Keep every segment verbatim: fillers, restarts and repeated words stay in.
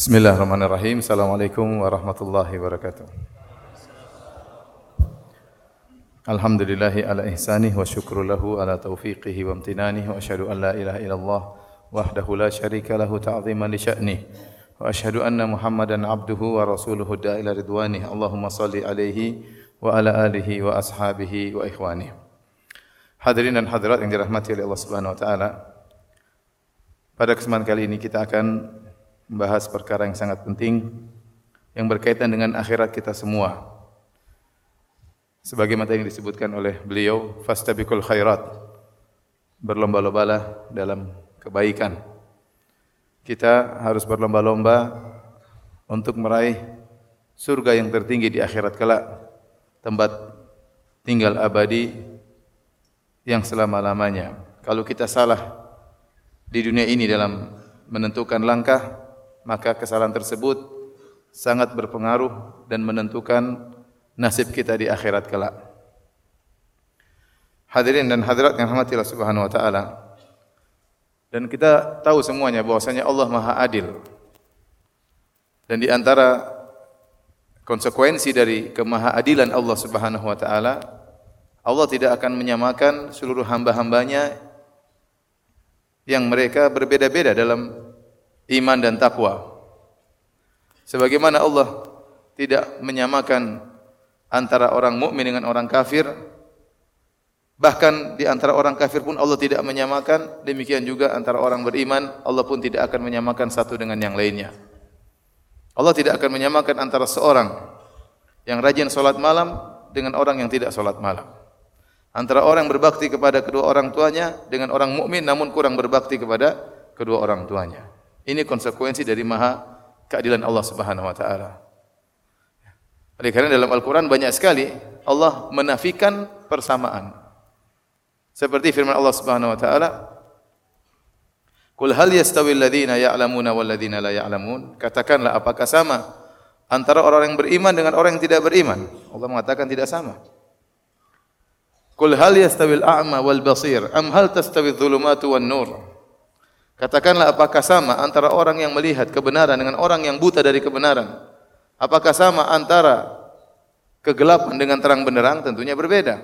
Bismillahirrahmanirrahim. Assalamualaikum warahmatullahi wabarakatuh. Alhamdulillahi ala ihsanih wa syukru lahu ala taufiqihi wa amtinanih wa asyhadu an la ilaha illallah wahdahu la syarika lahu ta'ziman li sya'nih wa asyhadu anna Muhammadan abduhu wa rasuluhu da'ila ridwanih. Allahumma salli alaihi wa ala alihi wa ashabihi wa ikhwanih. Hadirin dan hadirat yang dirahmati oleh Allah Subhanahu wa taala. Pada kesempatan kali ini kita akan membahas perkara yang sangat penting yang berkaitan dengan akhirat kita semua. Sebagaimana yang disebutkan oleh beliau, fastabiqul khairat, berlomba-lombalah dalam kebaikan. Kita harus berlomba-lomba untuk meraih surga yang tertinggi di akhirat kelak, tempat tinggal abadi yang selama-lamanya. Kalau kita salah di dunia ini dalam menentukan langkah, maka kesalahan tersebut sangat berpengaruh dan menentukan nasib kita di akhirat kelak. Hadirin dan hadirat yang rahmati Allah Subhanahu wa taala. Dan kita tahu semuanya bahwasanya Allah Maha Adil. Dan di antara konsekuensi dari kemahaadilan Allah Subhanahu wa taala, Allah tidak akan menyamakan seluruh hamba-hambanya yang mereka berbeda-beda dalam iman dan takwa. Sebagaimana Allah tidak menyamakan antara orang mukmin dengan orang kafir, bahkan di antara orang kafir pun Allah tidak menyamakan, demikian juga antara orang beriman, Allah pun tidak akan menyamakan satu dengan yang lainnya. Allah tidak akan menyamakan antara seorang yang rajin salat malam dengan orang yang tidak salat malam. Antara orang yang berbakti kepada kedua orang tuanya dengan orang mukmin namun kurang berbakti kepada kedua orang tuanya. Ini konsekuensi dari maha keadilan Allah Subhanahu wa taala. Oleh karena dalam Al-Qur'an banyak sekali Allah menafikan persamaan. Seperti firman Allah Subhanahu wa taala, "Qul hal yastawil ladzina ya'lamuna wal ladzina la ya'lamun?" Katakanlah, apakah sama antara orang yang beriman dengan orang yang tidak beriman? Allah mengatakan tidak sama. "Qul hal yastawil a'ma wal basir am hal tastawidz dzulumatu wan nur?" Katakanlah, apakah sama antara orang yang melihat kebenaran dengan orang yang buta dari kebenaran? Apakah sama antara kegelapan dengan terang benderang? Tentunya berbeda.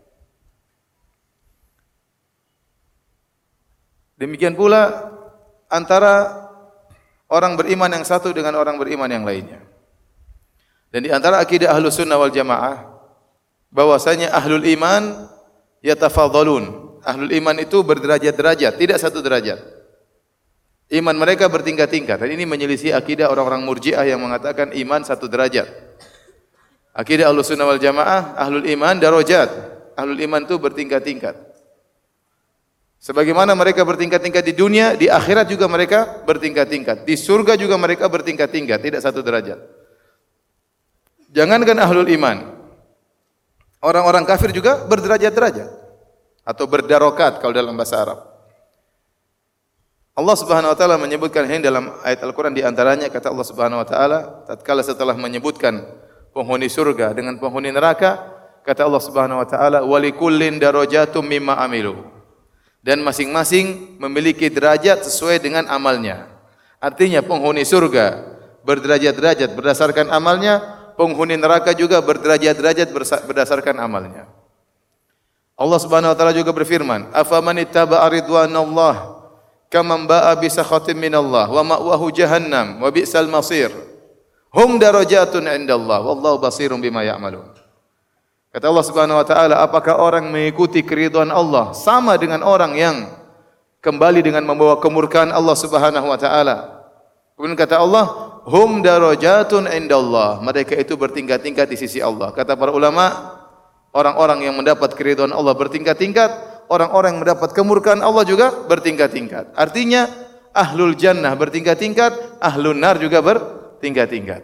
Demikian pula antara orang beriman yang satu dengan orang beriman yang lainnya. Dan di antara akidah Ahlus Sunnah wal Jamaah bahwasanya ahlul iman yatafadhalun. Ahlul iman itu berderajat-derajat, tidak satu derajat. Iman mereka bertingkat-tingkat. Dan ini menyelisih akidah orang-orang Murji'ah yang mengatakan iman satu derajat. Akidah Ahlus Sunnah wal Jamaah, ahlul iman darajat. Ahlul iman itu bertingkat-tingkat. Sebagaimana mereka bertingkat-tingkat di dunia, di akhirat juga mereka bertingkat-tingkat. Di surga juga mereka bertingkat-tingkat, tidak satu derajat. Jangankan ahlul iman, orang-orang kafir juga berderajat-derajat atau berdarokat kalau dalam bahasa Arab. Allah Subhanahu wa taala menyebutkan ini dalam ayat Al-Qur'an, di antaranya kata Allah Subhanahu wa taala tatkala setelah menyebutkan penghuni surga dengan penghuni neraka, kata Allah Subhanahu wa taala, "Walikullin darajatum mimma amilu." Dan masing-masing memiliki derajat sesuai dengan amalnya. Artinya penghuni surga berderajat-derajat berdasarkan amalnya, penghuni neraka juga berderajat-derajat berdasarkan amalnya. Allah Subhanahu wa taala juga berfirman, "Afaman ittaba'a ridwanallah kaman ba'a bi sakhatin minallah wa ma'wahu jahannam wa bi'sal masir. Hum darajatun 'indallah wallahu basirun bima ya'malun." Kata Allah Subhanahu wa taala, apakah orang mengikuti keridhaan Allah sama dengan orang yang kembali dengan membawa kemurkaan Allah Subhanahu wa taala? Kemudian kata Allah, hum darajatun 'indallah. Mereka itu bertingkat-tingkat di sisi Allah. Kata para ulama, orang-orang yang mendapat keridhaan Allah bertingkat-tingkat, orang-orang yang mendapat kemurkaan Allah juga bertingkat-tingkat. Artinya ahlul jannah bertingkat-tingkat, ahlun nar juga bertingkat-tingkat.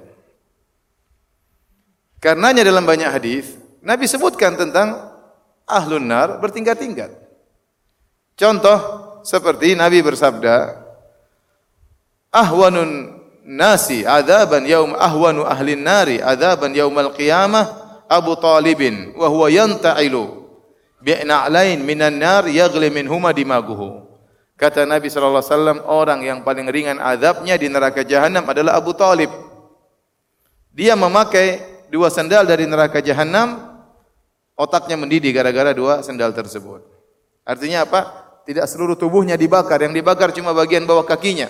Karenanya dalam banyak hadis Nabi sebutkan tentang ahlun nar bertingkat-tingkat. Contoh seperti Nabi bersabda, "Ahwanun nasi adzaban yaum ahwanu ahlin nari adzaban yaumal qiyamah Abu Talibin wa huwa yanta'ilu bi'na'lain minan nar yaghli minhuma dimaguhu." Kata Nabi sallallahu alaihi wasallam, orang yang paling ringan azabnya di neraka jahanam adalah Abu Talib. Dia memakai dua sandal dari neraka jahanam, otaknya mendidih gara-gara dua sandal tersebut. Artinya apa? Tidak seluruh tubuhnya dibakar, yang dibakar cuma bagian bawah kakinya.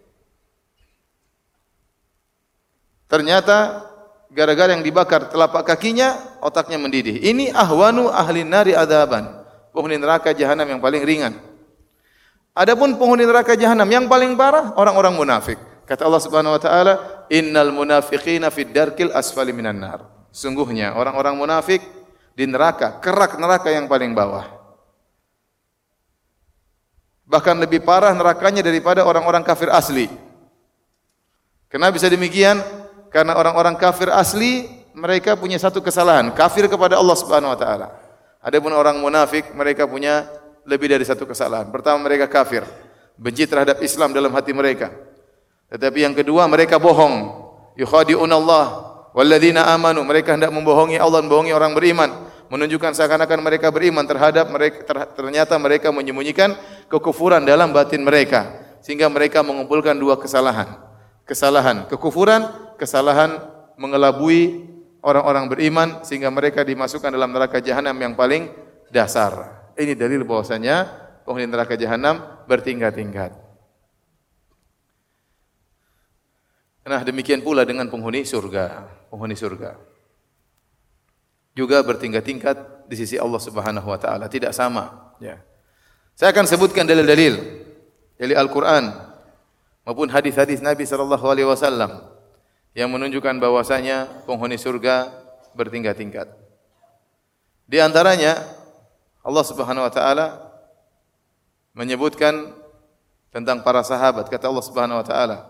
Ternyata gara-gara yang dibakar telapak kakinya, otaknya mendidih. Ini ahwanu ahli nari adzaban, penghuni neraka jahanam yang paling ringan. Adapun penghuni neraka jahanam yang paling parah orang-orang munafik. Kata Allah Subhanahu wa taala, "Innal munafiqina fid darkil asfali minan nar." Sungguhnya orang-orang munafik di neraka, kerak neraka yang paling bawah. Bahkan lebih parah nerakanya daripada orang-orang kafir asli. Kenapa bisa demikian? Karena orang-orang kafir asli mereka punya satu kesalahan, kafir kepada Allah Subhanahu wa taala. Adapun orang munafik mereka punya lebih dari satu kesalahan. Pertama, mereka kafir, benci terhadap Islam dalam hati mereka. Tetapi yang kedua, mereka bohong. Yukhadi'unallah walladzina amanu, mereka hendak membohongi Allah, membohongi orang beriman, menunjukkan seakan-akan mereka beriman terhadap mereka, ternyata mereka menyembunyikan kekufuran dalam batin mereka, sehingga mereka mengumpulkan dua kesalahan. Kesalahan kekufuran, kesalahan mengelabui orang-orang beriman sehingga mereka dimasukkan dalam neraka jahanam yang paling dasar. Ini dalil bahwasanya penghuni neraka jahanam bertingkat-tingkat. Nah, demikian pula dengan penghuni surga. Penghuni surga juga bertingkat-tingkat di sisi Allah Subhanahu wa taala, tidak sama, ya. Saya akan sebutkan dalil-dalil dari Al-Qur'an maupun hadis-hadis Nabi sallallahu alaihi wasallam yang menunjukkan bahwasanya penghuni surga bertingkat-tingkat. Di antaranya Allah Subhanahu wa taala menyebutkan tentang para sahabat. Kata Allah Subhanahu wa taala,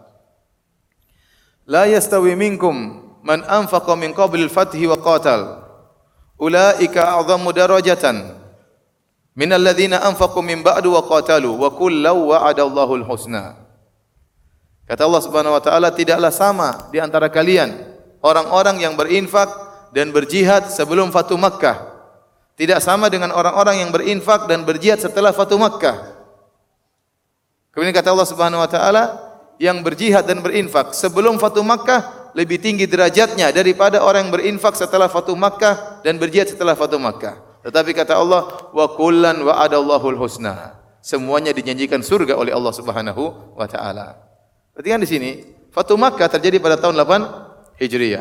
"La yastawi minkum man anfaqa min qablil fathi wa qatal. Ulaika a'dhamu darajatan minal ladzina anfaqu min ba'du wa qatalu wa kullu wa'ada Allahul husna." Kata Allah Subhanahu wa taala, tidaklah sama di antara kalian orang-orang yang berinfak dan berjihad sebelum Fatu Makkah. Tidak sama dengan orang-orang yang berinfak dan berjihad setelah Fatu Makkah. Kemudian kata Allah Subhanahu wa taala, yang berjihad dan berinfak sebelum Fatu Makkah lebih tinggi derajatnya daripada orang yang berinfak setelah Fatu Makkah dan berjihad setelah Fatu Makkah. Tetapi kata Allah, wa kullan wa'adallahul husna. Semuanya dijanjikan surga oleh Allah Subhanahu wa taala. Perhatikan di sini, Fatu Makkah terjadi pada tahun delapan Hijriah.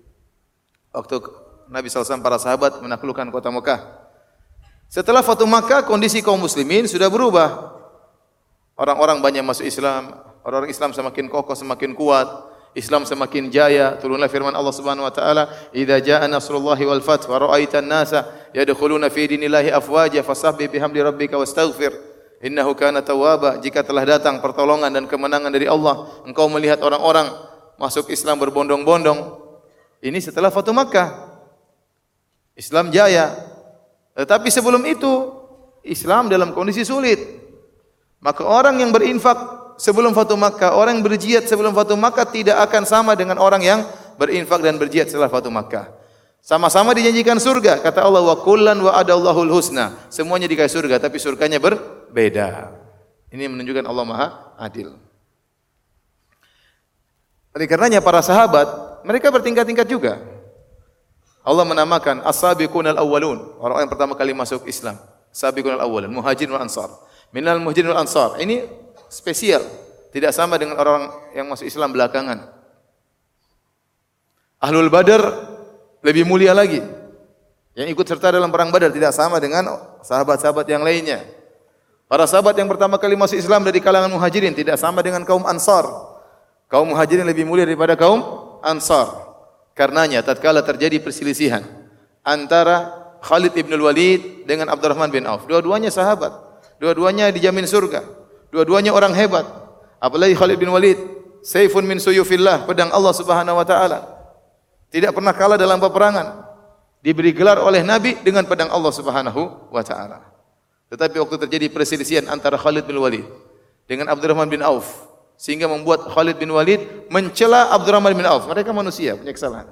Waktu Nabi sallallahu alaihi wasallam para sahabat menaklukkan kota Mekah. Setelah Fatu Makkah, kondisi kaum muslimin sudah berubah. Orang-orang banyak masuk Islam, orang-orang Islam semakin kokoh, semakin kuat, Islam semakin jaya. Turunlah firman Allah Subhanahu wa taala, "Idza jaa nasrullahi wal fath wa ra'aitan nasa yadkhuluna fi dinillahi afwaja fasabbih bihamdi rabbika wastaghfir innahu kana tawwaba." Jika telah datang pertolongan dan kemenangan dari Allah, engkau melihat orang-orang masuk Islam berbondong-bondong. Ini setelah Fatu Makkah. Islam jaya. Tetapi sebelum itu Islam dalam kondisi sulit. Maka orang yang berinfak sebelum Fatu Makkah, orang yang berjihad sebelum Fatu Makkah tidak akan sama dengan orang yang berinfak dan berjihad setelah Fatu Makkah. Sama-sama dijanjikan surga. Kata Allah, wa kullan wa'adallahul husna. Semuanya dikasih surga, tapi surganya berbeda. Ini menunjukkan Allah Maha Adil. Oleh karenanya para sahabat mereka bertingkat-tingkat juga. Allah menamakan as-sabiqunal awwalun, orang yang pertama kali masuk Islam. Sabiqunal awwalun, muhajirin wal ansar. Minal muhajirin wal ansar. Ini spesial, tidak sama dengan orang yang masuk Islam belakangan. Ahlul Badar lebih mulia lagi. Yang ikut serta dalam perang Badar tidak sama dengan sahabat-sahabat yang lainnya. Para sahabat yang pertama kali masuk Islam dari kalangan muhajirin tidak sama dengan kaum ansar. Kaum muhajirin lebih mulia daripada kaum ansar. Karenanya tatkala terjadi perselisihan antara Khalid bin Walid dengan Abdurrahman bin Auf, dua-duanya sahabat, dua-duanya dijamin surga, dua-duanya orang hebat. Apalagi Khalid bin Walid, saifun min suyufillah, pedang Allah Subhanahu wa taala. Tidak pernah kalah dalam peperangan. Diberi gelar oleh Nabi dengan pedang Allah Subhanahu wa taala. Tetapi waktu terjadi perselisihan antara Khalid bin Walid dengan Abdurrahman bin Auf, sehingga membuat Khalid bin Walid mencela Abdurrahman bin Auf. Mereka manusia, punya kesalahan.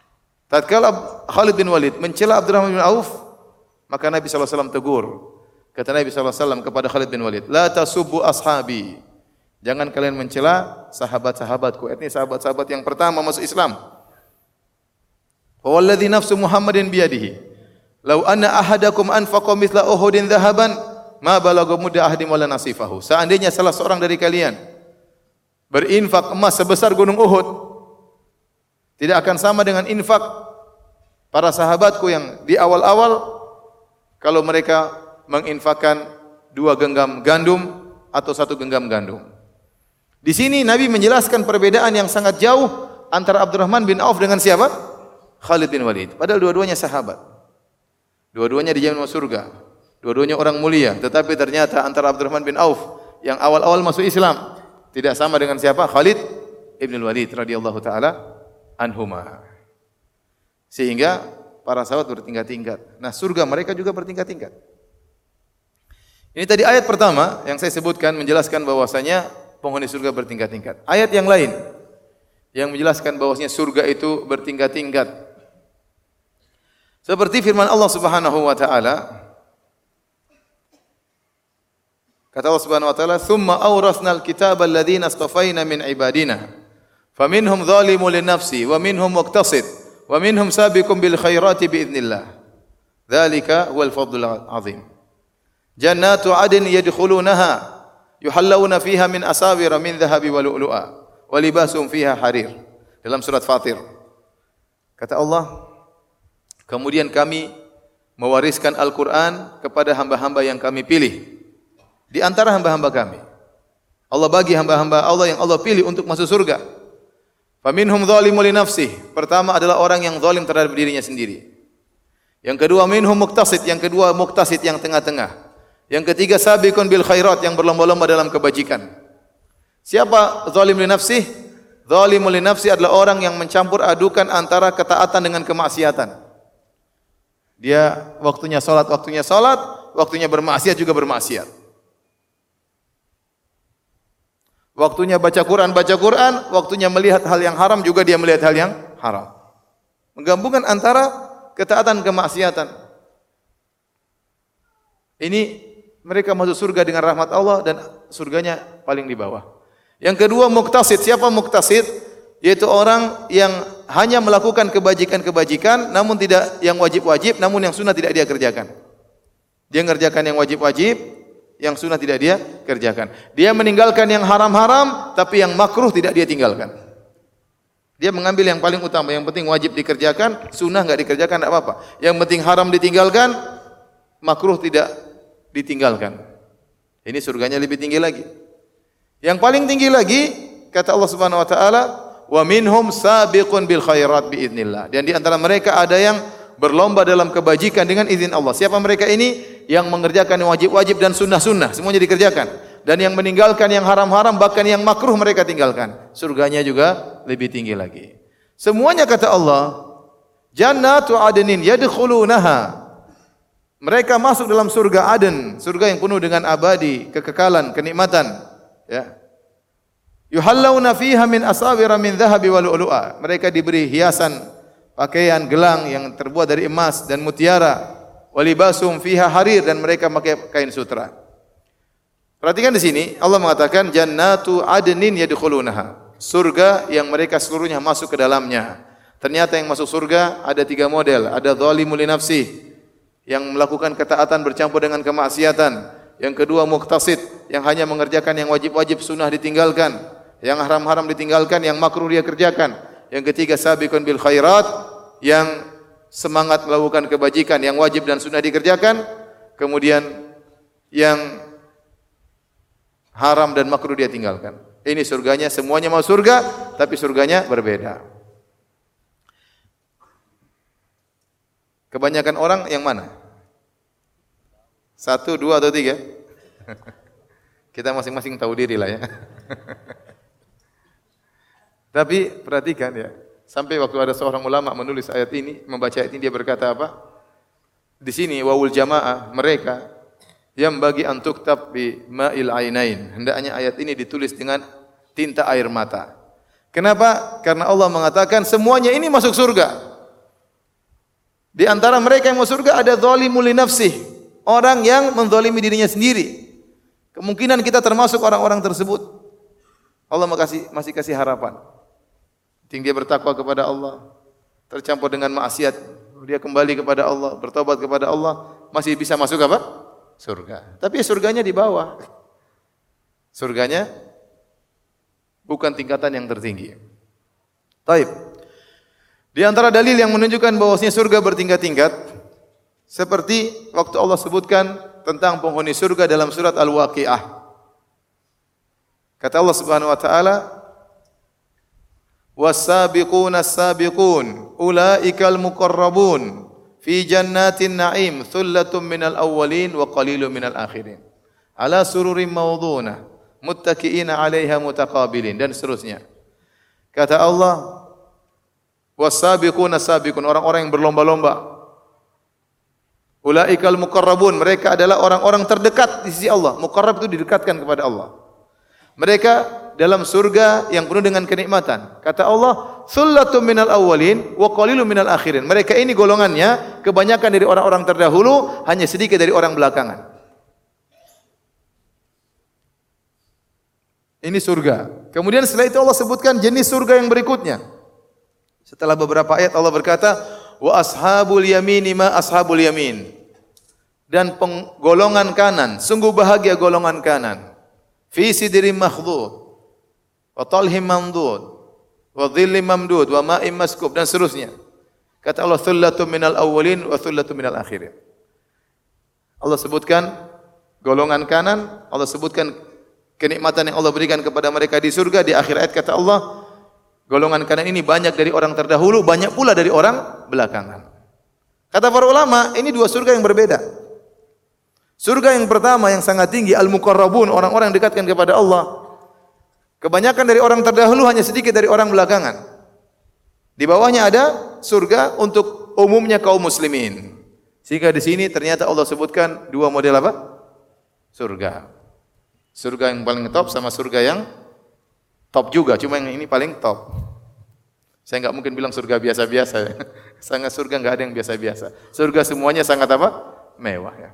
Tatkala Khalid bin Walid mencela Abdurrahman bin Auf, maka Nabi sallallahu alaihi wasallam tegur. Kata Nabi sallallahu alaihi wasallam kepada Khalid bin Walid, "La tasubbu ashabi." Jangan kalian mencela sahabat-sahabatku. Ini sahabat-sahabat yang pertama masuk Islam. Walladzi nafsu Muhammadin biyadihi. Lau anna ahadakum anfaqa mithla Uhudin dhahaban ma balagha mudda ahadim wala nasifahu. Seandainya salah seorang dari kalian berinfak emas sebesar gunung Uhud, tidak akan sama dengan infak para sahabatku yang di awal-awal kalau mereka menginfakkan dua genggam gandum atau satu genggam gandum. Di sini Nabi menjelaskan perbedaan yang sangat jauh antara Abdurrahman bin Auf dengan siapa? Khalid bin Walid. Padahal dua-duanya sahabat. Dua-duanya dijamin masuk surga. Dua-duanya orang mulia. Tetapi ternyata antara Abdurrahman bin Auf yang awal-awal masuk Islam tidak sama dengan siapa? Khalid ibn Walid radhiyallahu taala anhuma. Sehingga para sahabat bertingkat-tingkat. Nah, surga mereka juga bertingkat-tingkat. Ini tadi ayat pertama yang saya sebutkan menjelaskan bahwasanya penghuni surga bertingkat-tingkat. Ayat yang lain yang menjelaskan bahwasanya surga itu bertingkat-tingkat. Seperti firman Allah Subhanahu wa taala, kata Allah Subhanahu wa taala, "Tsumma awrasnal kitaba alladziina astafaina min ibadina, faminhum dzalimun linafsi wa minhum muqtasid wa minhum sabiqun bil khairati biidznillah. Dzalika huwal fadlul 'adzim." Jannatu 'adnin yadkhulunaha yuhallawna fiha min asawira min dhahabi wa lu'lu'a wa libasuhum fiha harir. Dalam surat Fatir. Kata Allah, kemudian kami mewariskan Al-Qur'an kepada hamba-hamba yang kami pilih di antara hamba-hamba kami. Allah bagi hamba-hamba Allah yang Allah pilih untuk masuk surga. Faminhum dzalimun li nafsihi. Pertama adalah orang yang zalim terhadap dirinya sendiri. Yang kedua minhum muqtasid, yang kedua muqtasid yang tengah-tengah. Yang ketiga sabiqun bil khairat, yang berlomba-lomba dalam kebajikan. Siapa zalim li nafsihi? Zalimun li nafsihi adalah orang yang mencampur adukan antara ketaatan dengan kemaksiatan. Dia waktunya salat, waktunya salat, waktunya bermaksiat juga bermaksiat. Waktunya baca Quran, baca Quran, waktunya melihat hal yang haram juga dia melihat hal yang haram. Menggabungkan antara ketaatan dan kemaksiatan. Ini mereka masuk surga dengan rahmat Allah dan surganya paling di bawah. Yang kedua muqtasid. Siapa muqtasid? Yaitu orang yang hanya melakukan kebajikan-kebajikan namun tidak yang wajib-wajib, namun yang sunnah tidak dia kerjakan. Dia mengerjakan yang wajib-wajib, yang sunnah tidak dia kerjakan. Dia meninggalkan yang haram-haram, tapi yang makruh tidak dia tinggalkan. Dia mengambil yang paling utama, yang penting wajib dikerjakan, sunnah enggak dikerjakan enggak apa-apa. Yang penting haram ditinggalkan, makruh tidak ditinggalkan. Ini surganya lebih tinggi lagi. Yang paling tinggi lagi kata Allah Subhanahu wa taala, "Wa minhum sabiqun bil khairat biidznillah." Dan di antara mereka ada yang berlomba dalam kebajikan dengan izin Allah. Siapa mereka ini? Yang mengerjakan yang wajib-wajib dan sunnah-sunnah, semuanya dikerjakan. Dan yang meninggalkan yang haram-haram, bahkan yang makruh mereka tinggalkan. Surganya juga lebih tinggi lagi. Semuanya kata Allah, Jannatu 'adnin yadkhulunaha. Mereka masuk dalam surga Aden, surga yang penuh dengan abadi, kekekalan, kenikmatan. Ya. Yuhallawna fiha min asawira min dhahabi wa lu'lu'a. Mereka diberi hiasan pakaian gelang yang terbuat dari emas dan mutiara. Walibasum fiha harir, dan mereka pakai kain sutra. Perhatikan di sini Allah mengatakan Jannatu 'adnin yadkhulunaha. Surga yang mereka seluruhnya masuk ke dalamnya. Ternyata yang masuk surga ada tiga model. Ada zalimul li nafsihi, yang melakukan ketaatan bercampur dengan kemaksiatan. Yang kedua muqtasid, yang hanya mengerjakan yang wajib-wajib, sunnah ditinggalkan. Yang haram-haram ditinggalkan, yang makruh dia kerjakan. Yang ketiga sabiqun bil khairat, yang semangat melakukan kebajikan, yang wajib dan sunnah dikerjakan. Kemudian yang haram dan makruh dia tinggalkan. Ini surganya, semuanya mau surga, tapi surganya berbeda. Kebanyakan orang yang mana? Satu, dua, atau tiga? Kita masing-masing tahu diri lah ya. Tapi perhatikan ya, sampai waktu ada seorang ulama menulis ayat ini, membaca ayat ini, dia berkata apa? Di sini wawul jamaah, mereka yang bagi antuk tab bi ma'il ainain. Hendaknya ayat ini ditulis dengan tinta air mata. Kenapa? Karena Allah mengatakan semuanya ini masuk surga. Di antara mereka yang masuk surga ada zalimul li nafsihi, orang yang menzalimi dirinya sendiri. Kemungkinan kita termasuk orang-orang tersebut. Allah masih masih kasih harapan. Tinggi dia bertakwa kepada Allah, tercampur dengan maksiat, dia kembali kepada Allah, bertobat kepada Allah, masih bisa masuk apa? Surga. Tapi surganya di bawah. Surganya bukan tingkatan yang tertinggi. Taib. Di antara dalil yang menunjukkan bahwasanya surga bertingkat-tingkat, seperti waktu Allah sebutkan tentang penghuni surga dalam surat Al-Waqiah. Kata Allah Subhanahu wa taala, "Was-sabiquna as-sabiqun ulaikal muqarrabun fi jannatin na'im thullatun minal awwalin wa qalilun minal akhirin ala sururin mawdhunah muttaqiina 'alaiha mutaqabilin," dan seterusnya. Kata Allah, "Was-sabiquna as-sabiqun," orang-orang yang berlomba-lomba. Ulaikal muqarrabun, mereka adalah orang-orang terdekat di sisi Allah. Muqarrab itu didekatkan kepada Allah. Mereka dalam surga yang penuh dengan kenikmatan. Kata Allah, "Thullatun minal awwalin wa qalilun minal akhirin." Mereka ini golongannya kebanyakan dari orang-orang terdahulu, hanya sedikit dari orang belakangan. Ini surga. Kemudian setelah itu Allah sebutkan jenis surga yang berikutnya. Setelah beberapa ayat Allah berkata, "Wa ashabul yamini ma ashabul yamin." Dan golongan kanan, sungguh bahagia golongan kanan. Fi sidrin makhdud wa talhim mamdud wa dhillim mamdud wa ma'in maskub, dan seterusnya. Kata Allah, "Thullatun minal awwalin wa thullatun minal akhirin." Allah sebutkan golongan kanan, Allah sebutkan kenikmatan yang Allah berikan kepada mereka di surga. Di akhir ayat kata Allah, golongan kanan ini banyak dari orang terdahulu, banyak pula dari orang belakangan. Kata para ulama, ini dua surga yang berbeda. Surga yang pertama yang sangat tinggi, al-muqarrabun, orang-orang yang dekatkan kepada Allah. Kebanyakan dari orang terdahulu, hanya sedikit dari orang belakangan. Di bawahnya ada surga untuk umumnya kaum muslimin. Sehingga di sini ternyata Allah sebutkan dua model apa? Surga. Surga yang paling top sama surga yang top juga, cuma yang ini paling top. Saya enggak mungkin bilang surga biasa-biasa. Sangat surga enggak ada yang biasa-biasa. Surga semuanya sangat apa? Mewah ya.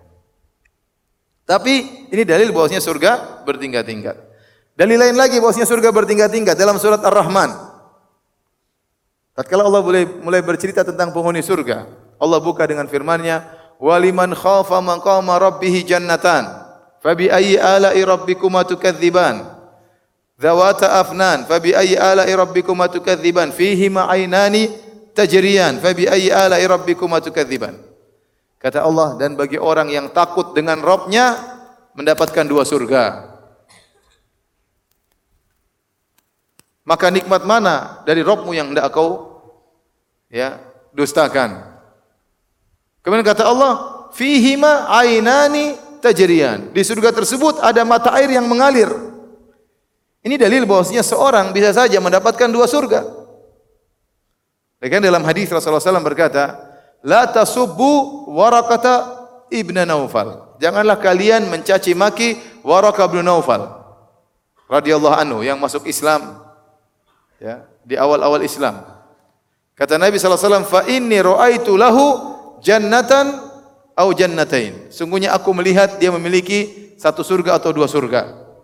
Tapi ini dalil bahwasanya surga bertingkat-tingkat. Dalil lain lagi bahwasanya surga bertingkat-tingkat dalam surat Ar-Rahman. Tatkala Allah mulai mulai bercerita tentang penghuni surga, Allah buka dengan firman-Nya, "Waliman khafa maqama rabbih jannatan, fabi ayyi ala'i rabbikuma tukadziban? Dzawata afnan, fabi ayyi ala'i rabbikuma tukadziban? Fihima 'ainani tajriyan, fabi ayyi ala'i rabbikuma tukadziban?" Kata Allah, dan bagi orang yang takut dengan Rabb-Nya mendapatkan dua surga. Maka nikmat mana dari Rabb-Mu yang hendak kau ya dustakan? Kemudian kata Allah, "Fihima 'ainani tajriyan." Di surga tersebut ada mata air yang mengalir. Ini dalil bahwasanya seorang bisa saja mendapatkan dua surga. Bahkan dalam hadis Rasulullah sallallahu alaihi wasallam berkata, "La tasubbu Warakata ibn Naufal." Janganlah kalian mencaci maki Warakah bin Naufal radhiyallahu anhu yang masuk Islam ya, di awal-awal Islam. Kata Nabi sallallahu alaihi wasallam, "Fa inni ra'aitu lahu jannatan au jannatain." Sungguhnya aku melihat dia memiliki satu surga atau dua surga.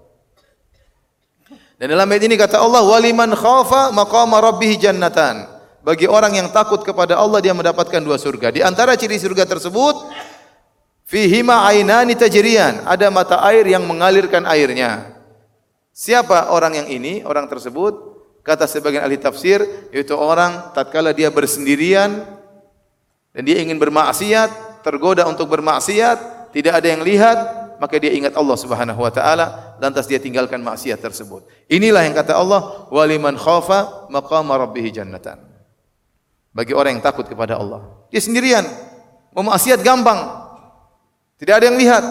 Dan dalam ayat ini kata Allah, "Waliman khafa maqama rabbih jannatan." Bagi orang yang takut kepada Allah, dia mendapatkan dua surga. Di antara ciri surga tersebut, fihima ainani tajriyan, ada mata air yang mengalirkan airnya. Siapa orang yang ini? Orang tersebut, kata sebagian ahli tafsir, yaitu orang tatkala dia bersendirian dan dia ingin bermaksiat, tergoda untuk bermaksiat, tidak ada yang lihat, maka dia ingat Allah Subhanahu wa taala, lantas dia tinggalkan maksiat tersebut. Inilah yang kata Allah, "Waliman khafa maqama rabbih jannatan." Bagi orang yang takut kepada Allah. Dia sendirian, mau maksiat gampang. Tidak ada yang lihat.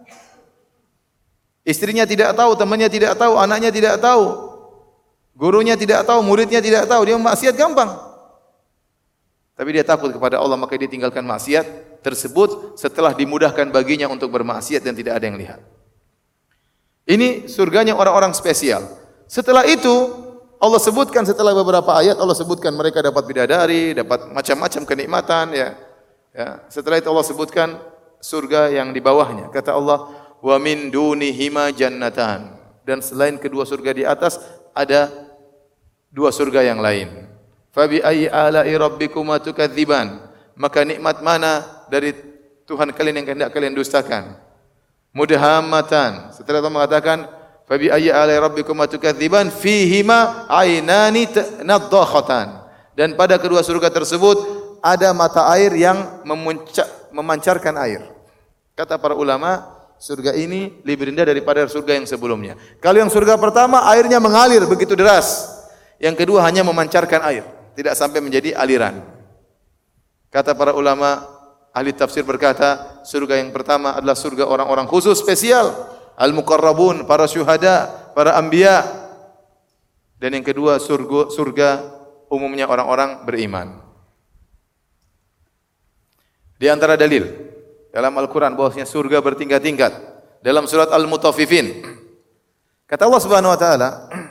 Istrinya tidak tahu, temannya tidak tahu, anaknya tidak tahu. Gurunya tidak tahu, muridnya tidak tahu, dia maksiat gampang. Tapi dia takut kepada Allah, maka dia tinggalkan maksiat tersebut setelah dimudahkan baginya untuk bermaksiat dan tidak ada yang lihat. Ini surganya orang-orang spesial. Setelah itu Allah sebutkan, setelah beberapa ayat Allah sebutkan mereka dapat bidadari, dapat macam-macam kenikmatan ya. Ya, setelah itu Allah sebutkan surga yang di bawahnya. Kata Allah, wa min dunihima jannatan. Dan selain kedua surga di atas ada dua surga yang lain. Fa bi ayyi ala'i rabbikuma tukadziban? Maka nikmat mana dari Tuhan kalian yang hendak kalian dustakan? Mudhammatan. Setelah Allah mengatakan fa bi ayyi ala'i rabbikuma tukadziban fihima ainani nadhakhatan. Dan pada kedua surga tersebut ada mata air yang memancarkan air. Kata para ulama, surga ini lebih rendah daripada surga yang sebelumnya. Kalau yang surga pertama airnya mengalir begitu deras. Yang kedua hanya memancarkan air, tidak sampai menjadi aliran. Kata para ulama, ahli tafsir berkata, surga yang pertama adalah surga orang-orang khusus spesial, al-muqarrabun, para syuhada, para anbiya. Dan yang kedua surga surga umumnya orang-orang beriman. Di antara dalil dalam Al-Quran bahwasanya surga bertingkat-tingkat. Dalam surat Al-Mutaffifin, kata Allah Subhanahu wa taala,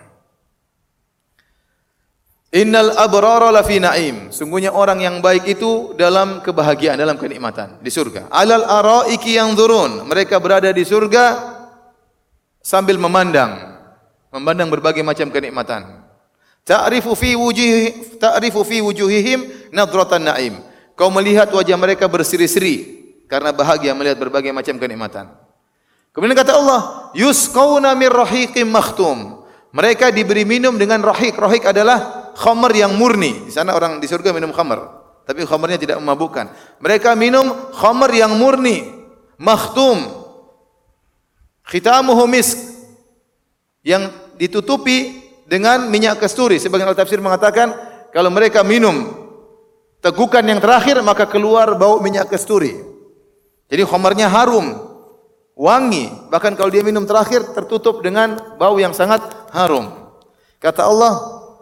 Innal abrara lafi na'im. Sungguhnya orang yang baik itu dalam kebahagiaan, dalam kenikmatan di surga. Alal araiki yanzurun. Mereka berada di surga sambil memandang, memandang berbagai macam kenikmatan. Ta'rifu fi wujuhi ta'rifu fi wujuhihim nadratan na'im. Kau melihat wajah mereka berseri-seri karena bahagia melihat berbagai macam kenikmatan. Kemudian kata Allah, yusqauna mir rahiqim makhtum. Mereka diberi minum dengan rahik. Rahik adalah khamar yang murni. Di sana orang di surga minum khamar, tapi khamarnya tidak memabukkan. Mereka minum khamar yang murni, makhtum. Khitamuhu misk, yang ditutupi dengan minyak kasturi. Sebagian al-tafsir mengatakan kalau mereka minum tegukan yang terakhir maka keluar bau minyak kasturi. Jadi khamarnya harum, wangi. Bahkan kalau dia minum terakhir tertutup dengan bau yang sangat harum. Kata Allah,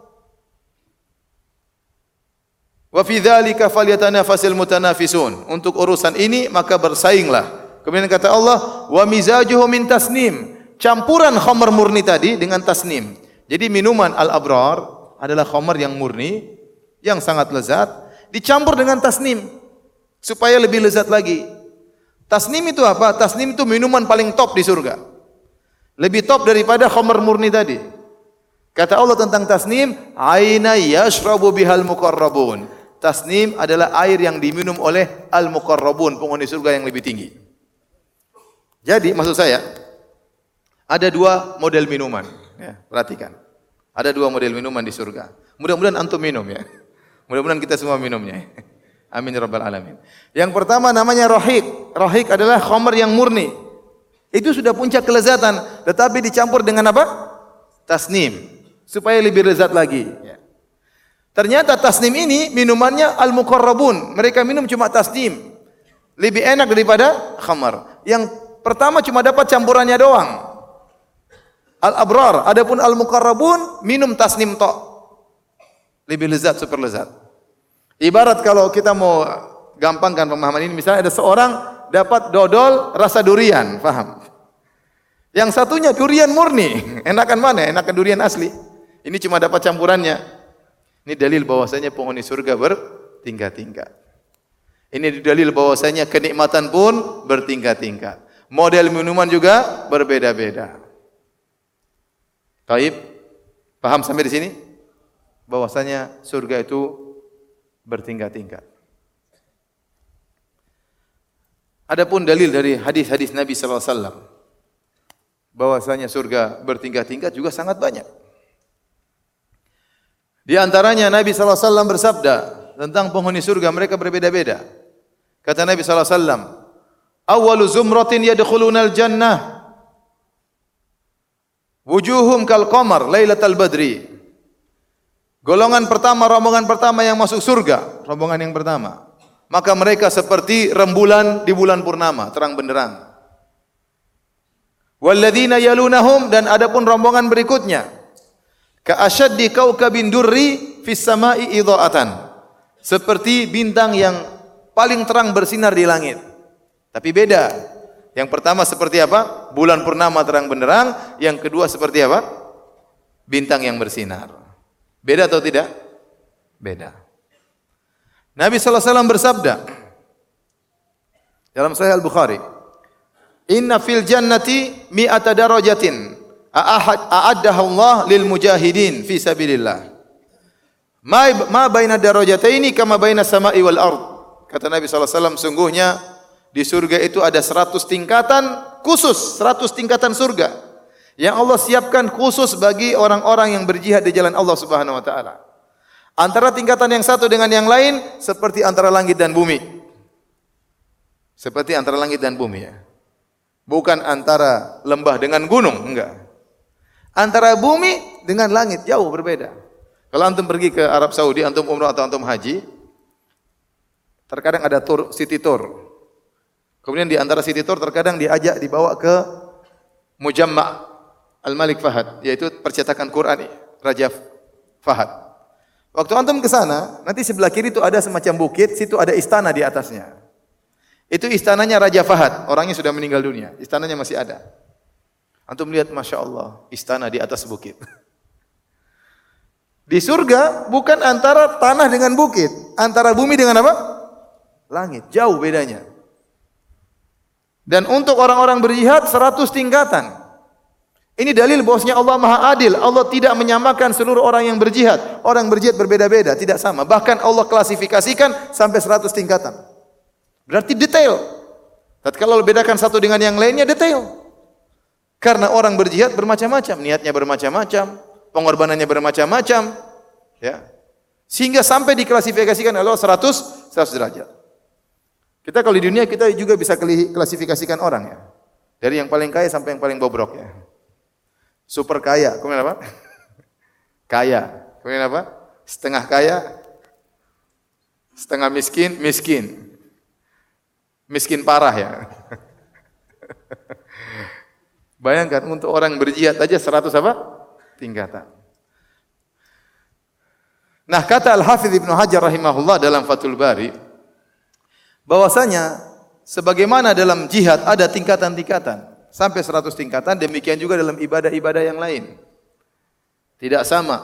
wa fi dzalika falyatanafasil mutanafisun. Untuk urusan ini maka bersainglah. Kemudian kata Allah, wa mizajuhu min tasnim. Campuran khamar murni tadi dengan tasnim. Jadi minuman al-abrar adalah khamar yang murni, yang sangat lezat, dicampur dengan tasnim supaya lebih lezat lagi. Tasnim itu apa? Tasnim itu minuman paling top di surga. Lebih top daripada khamar murni tadi. Kata Allah tentang tasnim, aina yashrabu bihal muqarrabun. Tasnim adalah air yang diminum oleh al-muqarrabun, penghuni surga yang lebih tinggi. Jadi maksud saya ada dua model minuman, ya, perhatikan. Ada dua model minuman di surga. Mudah-mudahan antum minum ya. Mudah-mudahan kita semua minumnya. Amin ya rabbal alamin. Yang pertama namanya rahik. Rahik adalah khamar yang murni. Itu sudah puncak kelezatan, tetapi dicampur dengan apa? Tasnim, supaya lebih lezat lagi. Ya. Ternyata tasnim ini minumannya al-muqarrabun. Mereka minum cuma tasnim. Lebih enak daripada khamar. Yang pertama cuma dapat campurannya doang. Al-abrar, adapun al-muqarrabun minum tasnim tok. Lebih lezat, super lezat. Ibarat kalau kita mau gampangkan pemahaman ini, misalnya ada seorang dapat dodol rasa durian, paham? Yang satunya durian murni, enakan mana? Enakan durian asli. Ini cuma dapat campurannya. Ini dalil bahwasanya penghuni surga bertingkat-tingkat. Ini dalil bahwasanya kenikmatan pun bertingkat-tingkat. Model minuman juga berbeda-beda. Taib, paham sampai di sini? Bahwasanya surga itu bertingkat-tingkat. Adapun dalil dari hadis-hadis Nabi sallallahu alaihi wasallam bahwasanya surga bertingkat-tingkat juga sangat banyak. Di antaranya Nabi sallallahu alaihi wasallam bersabda tentang penghuni surga, mereka berbeda-beda. Kata Nabi sallallahu alaihi wasallam, "Awwalu zumratin yadkhulunal jannah wujuhum kal qamar lailatal badri." Golongan pertama, rombongan pertama yang masuk surga, rombongan yang pertama, maka mereka seperti rembulan di bulan purnama, terang benderang. Walladzina yalunahum, dan adapun rombongan berikutnya, ka asyaddi kaukabin durri fis sama'i idha'atan, seperti bintang yang paling terang bersinar di langit. Tapi beda. Yang pertama seperti apa? Bulan purnama terang benderang, yang kedua seperti apa? Bintang yang bersinar. Beda atau tidak? Beda. Nabi sallallahu alaihi wasallam bersabda, Dalam Sahih Al-Bukhari, "Inna fil jannati mi'ata darajatin a'ahad a'addaha Allah lil mujahidin fi sabilillah. Ma ma baina darajataini kama baina sama'i wal ard." Kata Nabi sallallahu alaihi wasallam, sungguhnya di surga itu ada seratus tingkatan khusus, seratus tingkatan surga yang Allah siapkan khusus bagi orang-orang yang berjihad di jalan Allah Subhanahu wa taala. Antara tingkatan yang satu dengan yang lain seperti antara langit dan bumi. Seperti antara langit dan bumi ya. Bukan antara lembah dengan gunung, enggak. Antara bumi dengan langit jauh berbeda. Kalau antum pergi ke Arab Saudi, antum umrah atau antum haji, terkadang ada tour, city tour. Kemudian di antara city tour terkadang diajak dibawa ke Mujamma' Al-Malik Fahad, yaitu percetakan Quran Raja Fahad. Waktu antum ke sana, nanti sebelah kiri itu ada semacam bukit, situ ada istana di atasnya. Itu istananya Raja Fahad, orangnya sudah meninggal dunia, istananya masih ada. Antum lihat, Masya Allah, istana di atas bukit. Di surga bukan antara tanah dengan bukit, antara bumi dengan apa? Langit, jauh bedanya. Dan untuk orang-orang berjihad seratus tingkatan. Ini dalil bahwasanya Allah Maha Adil. Allah tidak menyamakan seluruh orang yang berjihad. Orang berjihad berbeda-beda, tidak sama. Bahkan Allah klasifikasikan sampai seratus tingkatan. Berarti detail. Tatkala bedakan satu dengan yang lainnya detail. Karena orang berjihad bermacam-macam, niatnya bermacam-macam, pengorbanannya bermacam-macam, ya. Sehingga sampai diklasifikasikan oleh Allah seratus, seratus derajat. Kita kalau di dunia kita juga bisa klasifikasikan orang ya. Dari yang paling kaya sampai yang paling bobrok ya. Super kaya, kemudian apa? Kaya. Kemudian apa? Setengah kaya, setengah miskin, miskin. Miskin parah ya. Bayangkan untuk orang berjihad aja seratus apa? Tingkatan. Nah, kata Al-Hafidz Ibnu Hajar rahimahullah dalam Fathul Bari, bahwasanya sebagaimana dalam jihad ada tingkatan-tingkatan, sampai seratus tingkatan, demikian juga dalam ibadah-ibadah yang lain. Tidak sama.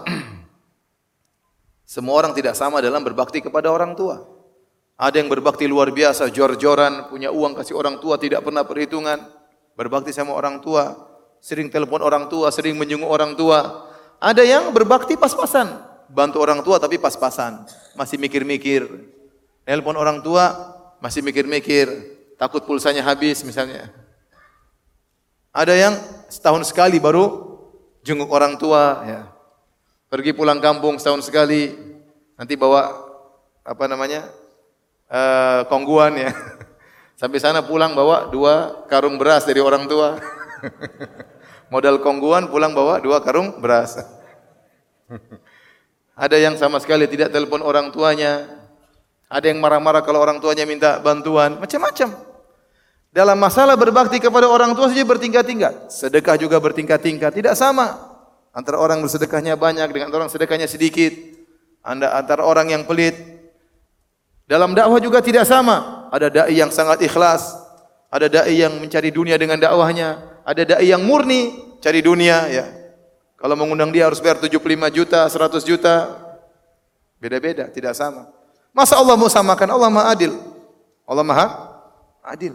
Semua orang tidak sama dalam berbakti kepada orang tua. Ada yang berbakti luar biasa, jor-joran, punya uang kasih orang tua, tidak pernah perhitungan. Berbakti sama orang tua, sering telepon orang tua, sering menjenguk orang tua. Ada yang berbakti pas-pasan, bantu orang tua tapi pas-pasan, masih mikir-mikir. Telepon orang tua, masih mikir-mikir, takut pulsanya habis misalnya. Ada yang setahun sekali baru jenguk orang tua, ya. Pergi pulang kampung setahun sekali, nanti bawa apa namanya? Uh, kongguan ya. Sampai sana pulang bawa dua karung beras dari orang tua. Modal kongguan pulang bawa dua karung beras. Ada yang sama sekali tidak telepon orang tuanya. Ada yang marah-marah kalau orang tuanya minta bantuan, macam-macam. Dalam masalah berbakti kepada orang tua saja bertingkat-tingkat. Sedekah juga bertingkat-tingkat, tidak sama. Antara orang bersedekahnya banyak dengan orang sedekahnya sedikit. Anda antara orang yang pelit. Dalam dakwah juga tidak sama. Ada dai yang sangat ikhlas, ada dai yang mencari dunia dengan dakwahnya, ada dai yang murni cari dunia ya. Kalau mengundang dia harus bayar tujuh puluh lima juta, seratus juta. Beda-beda, tidak sama. Masa Allah mau samakan? Allah Maha Adil. Allah Maha Adil.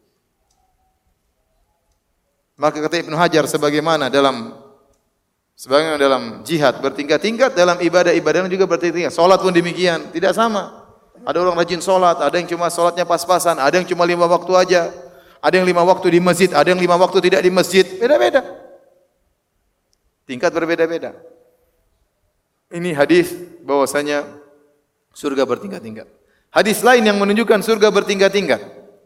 Maka kata Ibnu Hajar sebagaimana dalam sebagaimana dalam jihad bertingkat-tingkat, dalam ibadah-ibadah juga bertingkat-tingkat. Salat pun demikian, tidak sama. Ada orang rajin sholat, ada yang cuma sholatnya pas-pasan, ada yang cuma lima waktu aja, ada yang lima waktu di masjid, ada yang lima waktu tidak di masjid, beda-beda. Tingkat berbeda-beda. Ini hadis bahwasanya surga bertingkat-tingkat. Hadis lain yang menunjukkan surga bertingkat-tingkat.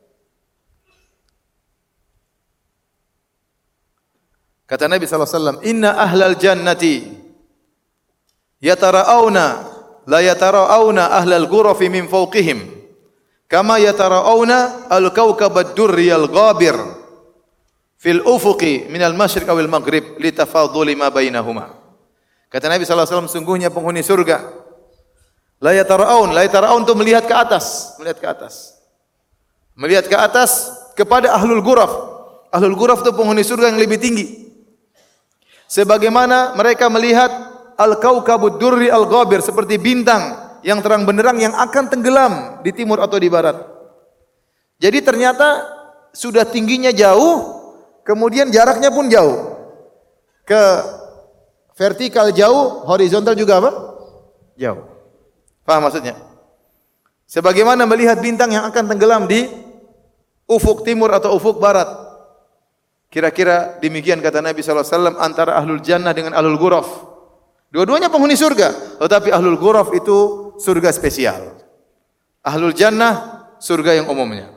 Kata Nabi sallallahu alaihi wasallam, "Inna ahlal jannati yatara'auna la yatara'auna ahlal ghurafi min fawqihim kama yatara'auna al-kawkab ad-durri al-ghabir fil ufuqi min al-masyriq awil maghrib li tafadhuli ma bainahuma." Kata Nabi sallallahu alaihi wasallam, sungguhnya penghuni surga la yatara'aun, la yatara'aun itu melihat ke atas, melihat ke atas. Melihat ke atas kepada ahlul ghuraf. Ahlul ghuraf itu penghuni surga yang lebih tinggi. Sebagaimana mereka melihat al-kaukabud durri al-ghabir, seperti bintang yang terang benderang yang akan tenggelam di timur atau di barat. Jadi ternyata sudah tingginya jauh, kemudian jaraknya pun jauh. Ke vertikal jauh, horizontal juga apa? Jauh. Paham maksudnya? Sebagaimana melihat bintang yang akan tenggelam di ufuk timur atau ufuk barat. Kira-kira demikian kata Nabi sallallahu alaihi wasallam antara ahlul jannah dengan ahlul ghuraf. Dua-duanya penghuni surga, tetapi ahlul ghuraf itu surga spesial. Ahlul jannah surga yang umumnya.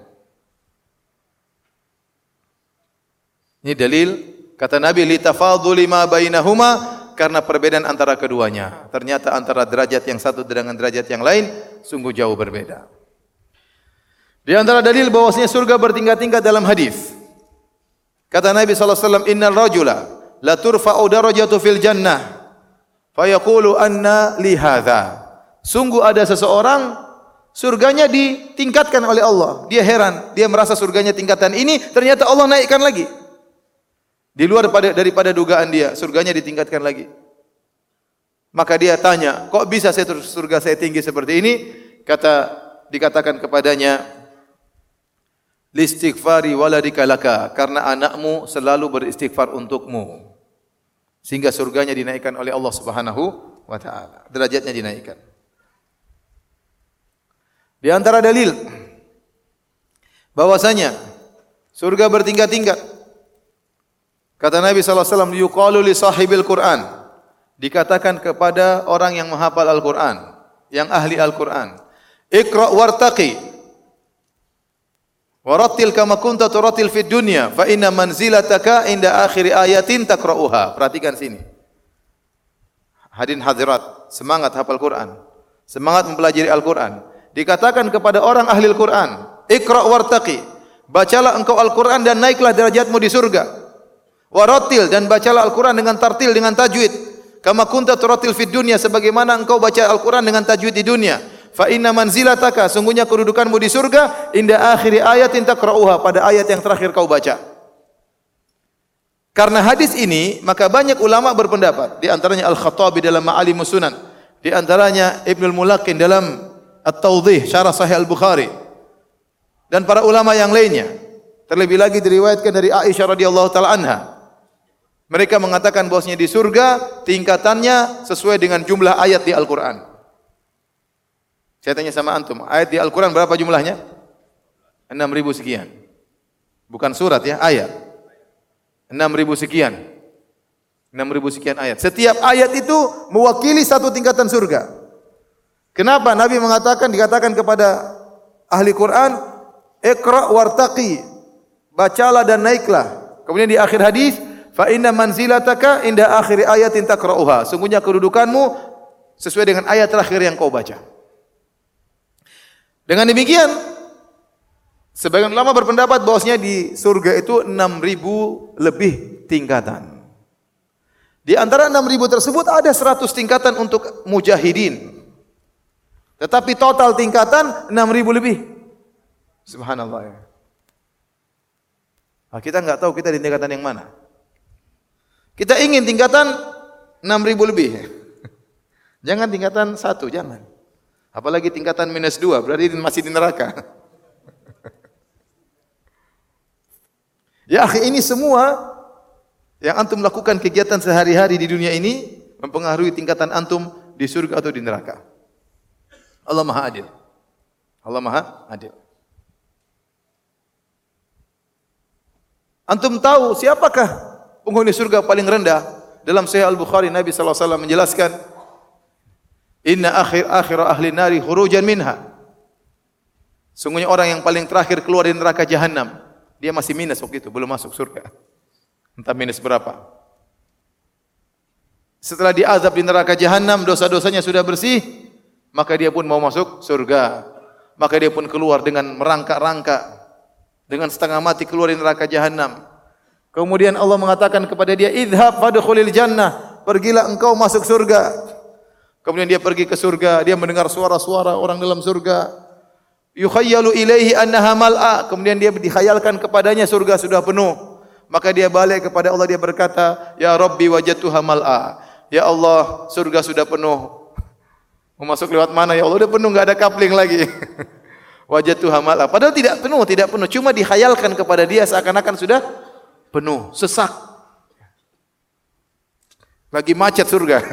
Ini dalil kata Nabi li tafadhuli ma bainahuma, karena perbedaan antara keduanya. Ternyata antara derajat yang satu dengan derajat yang lain sungguh jauh berbeda. Di antara dalil bahwasanya surga bertingkat-tingkat dalam hadis. Kata Nabi sallallahu alaihi wasallam, "Innal rajula la turfa'u darajatu fil jannah, fa yaqulu anna li hadza." Sungguh ada seseorang surganya ditingkatkan oleh Allah. Dia heran, dia merasa surganya tingkatan ini, ternyata Allah naikkan lagi. Di luar pada, daripada dugaan dia, surganya ditingkatkan lagi. Maka dia tanya, kok bisa saya surga saya tinggi seperti ini? Kata dikatakan kepadanya, listighfari waladika laka, karena anakmu selalu beristighfar untukmu. Sehingga surganya dinaikkan oleh Allah Subhanahu wa taala. Derajatnya dinaikkan. Di antara dalil bahwasanya surga bertingkat-tingkat. Kata Nabi sallallahu alaihi wasallam, yuqalu li sahibil Qur'an. Dikatakan kepada orang yang menghafal Al-Qur'an, yang ahli Al-Qur'an, Iqra wartaqi. Warattil kama kunta turattil fid dunya, fa inna manzilataka inda akhir ayatin taqra'uha. Perhatikan sini. Hadirin hadirat, semangat hafal Quran, semangat mempelajari Al-Qur'an. Dikatakan kepada orang ahli Al-Qur'an, Iqra wartaqi. Bacalah engkau Al-Qur'an dan naiklah derajatmu di surga. Warattil, dan bacalah Al-Quran dengan tartil, dengan tajwid. Kama kunta turattil fid dunya, sebagaimana engkau baca Al-Quran dengan tajwid di dunia. Fa inna manzilataka, sungguhnya kedudukanmu di surga, inda akhiri ayatin taqra'uha, pada ayat yang terakhir kau baca. Karena hadis ini, maka banyak ulama berpendapat. Di antaranya Al-Khattabi dalam Ma'alimus Sunan. Di antaranya Ibnul Mulaqqin dalam At-Tawdhih, Syarah Sahih Al-Bukhari. Dan para ulama yang lainnya. Terlebih lagi diriwayatkan dari Aisyah radhiyallahu taala anha. Mereka mengatakan bahwasanya di surga tingkatannya sesuai dengan jumlah ayat di Al-Qur'an. Saya tanya sama antum, ayat di Al-Qur'an berapa jumlahnya? enam ribu sekian. Bukan surat ya, ayat. enam ribu sekian. enam ribu sekian ayat. Setiap ayat itu mewakili satu tingkatan surga. Kenapa Nabi mengatakan, dikatakan kepada ahli Quran, Iqra wartaqi, bacalah dan naiklah. Kemudian di akhir hadis, fa inna manzilataka inda akhir ayatin taqra'uha. Sungguhnya kedudukanmu sesuai dengan ayat terakhir yang kau baca. Dengan demikian, sebagian ulama berpendapat bahwasanya di surga itu enam ribu lebih tingkatan. Di antara enam ribu tersebut ada seratus tingkatan untuk mujahidin. Tetapi total tingkatan enam ribu lebih. Subhanallah ya. Nah, kita enggak tahu kita di tingkatan yang mana. Kita ingin tingkatan enam ribu lebih. Jangan tingkatan satu, jangan. Apalagi tingkatan minus dua, berarti masih di neraka. Ya akhi, ini semua yang antum lakukan kegiatan sehari-hari di dunia ini mempengaruhi tingkatan antum di surga atau di neraka. Allah Maha Adil. Allah Maha Adil. Antum tahu siapakah penghuni surga paling rendah? Dalam Sahih Al-Bukhari Nabi sallallahu alaihi wasallam menjelaskan, "Inna akhir akhir ahli nari khurujan minha." Sungguhnya orang yang paling terakhir keluar dari neraka jahanam, dia masih minus waktu itu, belum masuk surga. Entah minus berapa. Setelah diazab di neraka jahanam, dosa-dosanya sudah bersih, maka dia pun mau masuk surga. Maka dia pun keluar dengan merangkak-rangkak, dengan setengah mati keluar dari neraka jahanam. Kemudian Allah mengatakan kepada dia, "Idhhab fadkhulil jannah." Pergilah engkau masuk surga. Kemudian dia pergi ke surga, dia mendengar suara-suara orang dalam surga. Yukhayyalu ilaihi annaha mal'a. Kemudian dia dikhayalkan kepadanya surga sudah penuh. Maka dia balik kepada Allah, dia berkata, "Ya Rabbi wajadtuha mal'a." Ya Allah, surga sudah penuh. Mau masuk lewat mana ya Allah? Udah penuh, enggak ada kapling lagi. wajadtuha mal'a. Padahal tidak penuh, tidak penuh. Cuma dikhayalkan kepada dia seakan-akan sudah penuh, sesak. Lagi macet surga.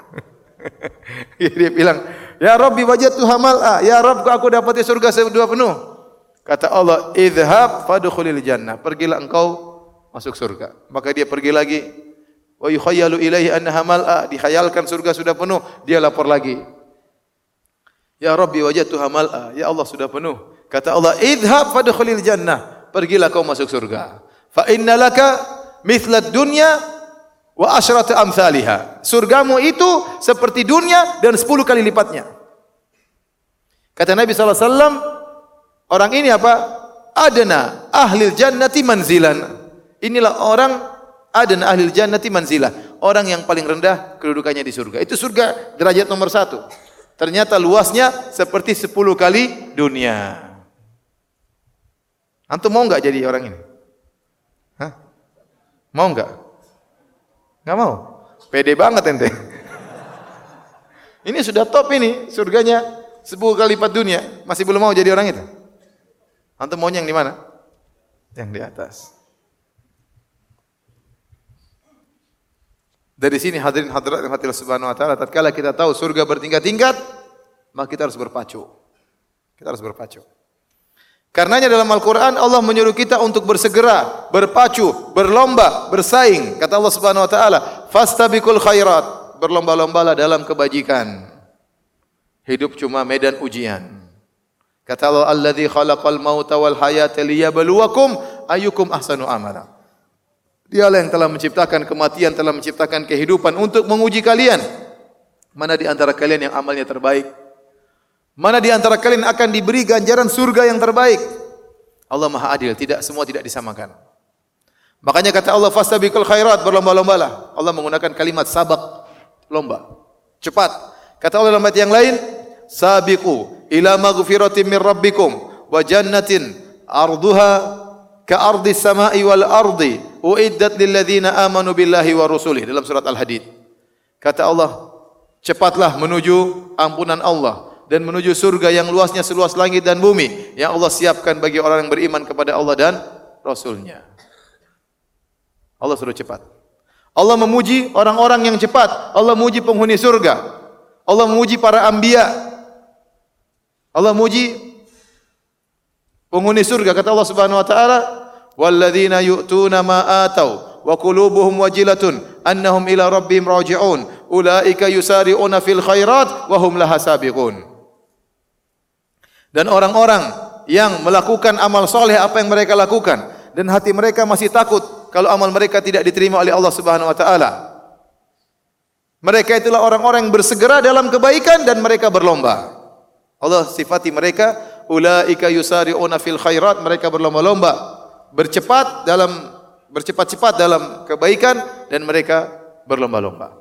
Dia bilang, "Ya Rabbi wajadtuha mal'a." Ya Rabb, aku dapati surga sudah penuh. Kata Allah, "Idhhab fadkhulil jannah." Pergilah engkau masuk surga. Maka dia pergi lagi. Wa yukhayyalu ilaihi annaha mal'a. Dikhayalkan surga sudah penuh, dia lapor lagi. Ya Rabbi wajadtuha mal'a. Ya Allah sudah penuh. Kata Allah, "Idhhab fadkhulil jannah." Pergilah kau masuk surga. Fa inna laka mithlad dunya wa asyratu amsalha. Surgamu itu seperti dunia dan sepuluh kali lipatnya. Kata Nabi sallallahu alaihi wasallam, orang ini apa? Adna ahlil jannati manzilan. Inilah orang adna ahlil jannati manzilah. Orang yang paling rendah kedudukannya di surga. Itu surga derajat nomor satu. Ternyata luasnya seperti sepuluh kali dunia. Antum mau enggak jadi orang ini? Hah? Mau enggak? Enggak mau? Pede banget ente. Ini sudah top ini, surganya sepuluh kali lipat dunia. Masih belum mau jadi orang itu? Antum maunya yang di mana? Yang di atas. Dari sini hadirin hadirat yang hati Allah Subhanahu wa taala, tatkala kita tahu surga bertingkat-tingkat, maka kita harus berpacu. Kita harus berpacu. Karenanya dalam Al-Qur'an Allah menyuruh kita untuk bersegera, berpacu, berlomba, bersaing. Kata Allah Subhanahu wa taala, "Fastabiqul khairat." Berlomba-lombalah dalam kebajikan. Hidup cuma medan ujian. Kata Allah, "Alladzi khalaqal mauta wal hayata liyabluwakum ayyukum ahsanu amala." Dialah yang telah menciptakan kematian, telah menciptakan kehidupan untuk menguji kalian. Mana di antara kalian yang amalnya terbaik? Mana di antara kalian akan diberi ganjaran surga yang terbaik? Allah Maha Adil, tidak semua tidak disamakan. Makanya kata Allah, "Fastabiqul khairat," berlomba-lombalah. Allah menggunakan kalimat sabaq, lomba, cepat. Kata Allah dalam ayat yang lain, "Sabiqu ila maghfiratin min rabbikum wa jannatin arduha ka-ardi samai wal ardi uiddat lil ladzina amanu billahi wa rusulihi." Dalam surat Al-Hadid. Kata Allah, cepatlah menuju ampunan Allah dan menuju surga yang luasnya seluas langit dan bumi yang Allah siapkan bagi orang yang beriman kepada Allah dan Rasulnya. Allah suruh cepat. Allah memuji orang-orang yang cepat. Allah memuji penghuni surga. Allah memuji para anbiya. Allah memuji penghuni surga. Kata Allah Subhanahu wa taala, "Walladzina yu'tuna ma atau wa qulubuhum wajilatun annahum ila rabbihim raji'un ulaika yusari'una fil khairat wa hum laha sabiqun." Dan orang-orang yang melakukan amal soleh apa yang mereka lakukan dan hati mereka masih takut kalau amal mereka tidak diterima oleh Allah Subhanahu wa taala. Mereka itulah orang-orang yang bersegera dalam kebaikan dan mereka berlomba. Allah sifati mereka, ulaika yusari'una fil khairat, mereka berlomba-lomba, bercepat dalam bercepat-cepat dalam kebaikan dan mereka berlomba-lomba.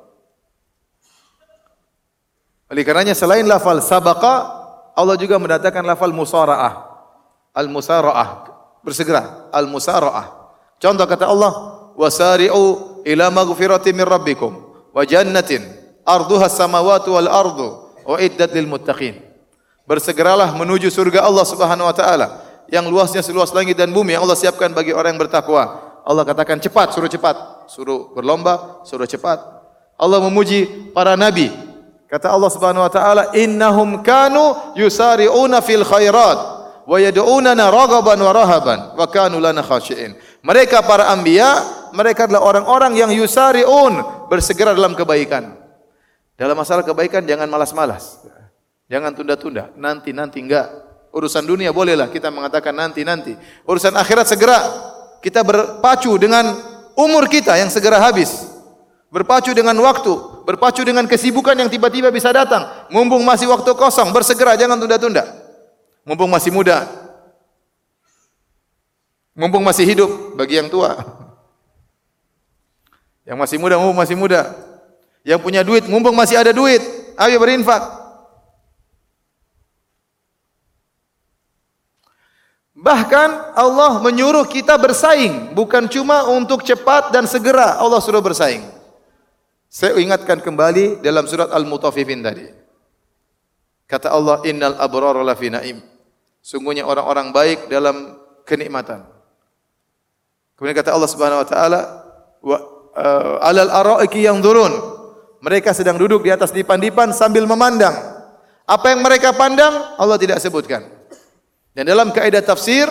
Oleh karenanya selain lafal sabaqa, Allah juga mendatangkan lafal musara'ah. Al-musara'ah, bersegera, al-musara'ah. Contoh kata Allah, "Wasari'u ila maghfiratin min rabbikum wa jannatin arduha as-samawati wal ardu uiddat lil muttaqin." Bersegeralah menuju surga Allah Subhanahu wa taala yang luasnya seluas langit dan bumi yang Allah siapkan bagi orang yang bertakwa. Allah katakan cepat, suruh cepat, suruh berlomba, suruh cepat. Allah memuji para nabi. Kata Allah Subhanahu wa taala, "Innahum kanu yusari'una fil khairat wa yad'unana raghaban wa rahaban wa kanu lana khashi'in." Mereka para anbiya, mereka adalah orang-orang yang yusari'un, bersegera dalam kebaikan. Dalam masalah kebaikan jangan malas-malas. Jangan tunda-tunda, nanti-nanti enggak. Urusan dunia bolehlah kita mengatakan nanti-nanti. Urusan akhirat segera. Kita berpacu dengan umur kita yang segera habis. Berpacu dengan waktu, berpacu dengan kesibukan yang tiba-tiba bisa datang. Mumpung masih waktu kosong, bersegera, jangan tunda-tunda. Mumpung masih muda. Mumpung masih hidup bagi yang tua. Yang masih muda, mumpung masih muda. Yang punya duit, mumpung masih ada duit, ayo berinfak. Bahkan Allah menyuruh kita bersaing, bukan cuma untuk cepat dan segera, Allah suruh bersaing. Saya ingatkan kembali dalam surat Al-Mutaffifin tadi. Kata Allah, "Innal abrara lafi na'im." Sungguhnya orang-orang baik dalam kenikmatan. Kemudian kata Allah Subhanahu wa taala, wa uh, alal araiki yanzurun. Mereka sedang duduk di atas dipan-dipan sambil memandang. Apa yang mereka pandang Allah tidak sebutkan. Dan dalam kaidah tafsir,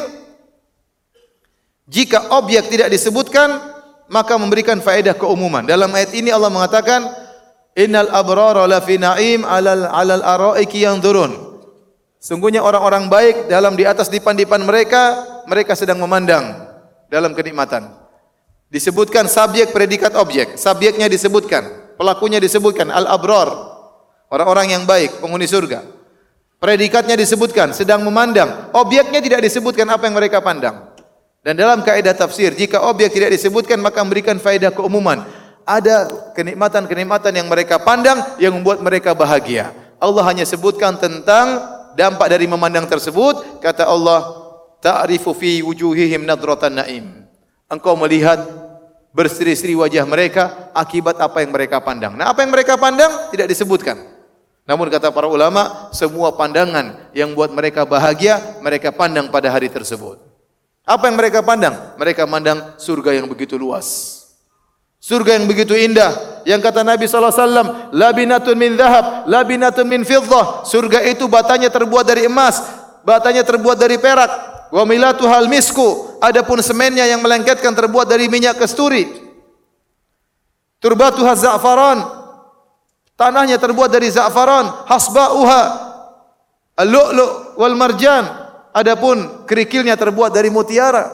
jika objek tidak disebutkan, maka memberikan faedah keumuman. Dalam ayat ini Allah mengatakan, innal abrara lafi na'im alal alal araiki yanzurun. Sungguhnya orang-orang baik dalam di atas dipan-dipan mereka, mereka sedang memandang dalam kenikmatan. Disebutkan subjek, predikat, objek. Subjeknya disebutkan, pelakunya disebutkan, al-abrar, orang-orang yang baik, penghuni surga. Predikatnya disebutkan, sedang memandang. Objeknya tidak disebutkan apa yang mereka pandang. Dan dalam kaidah tafsir, jika objek tidak disebutkan, maka memberikan faedah keumuman. Ada kenikmatan-kenikmatan yang mereka pandang yang membuat mereka bahagia. Allah hanya sebutkan tentang dampak dari memandang tersebut. Kata Allah, ta'rifu fi wujuhihim nadratan na'im. Engkau melihat berseri-seri wajah mereka akibat apa yang mereka pandang. Nah, apa yang mereka pandang tidak disebutkan. Namun kata para ulama, semua pandangan yang buat mereka bahagia, mereka pandang pada hari tersebut. Apa yang mereka pandang? Mereka pandang surga yang begitu luas. Surga yang begitu indah. Yang kata Nabi sallallahu alaihi wasallam, labinatun min dhahab, labinatun min fiddah. Surga itu batanya terbuat dari emas, batanya terbuat dari perak. Wa milatuhal misku. Adapun semennya yang melengketkan terbuat dari minyak kasturi. Turbatuha za'faran. Tanahnya terbuat dari za'faran. Hasba'uha al-lu'lu' wal marjan. Adapun kerikilnya terbuat dari mutiara.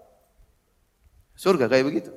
Surga kayak begitu.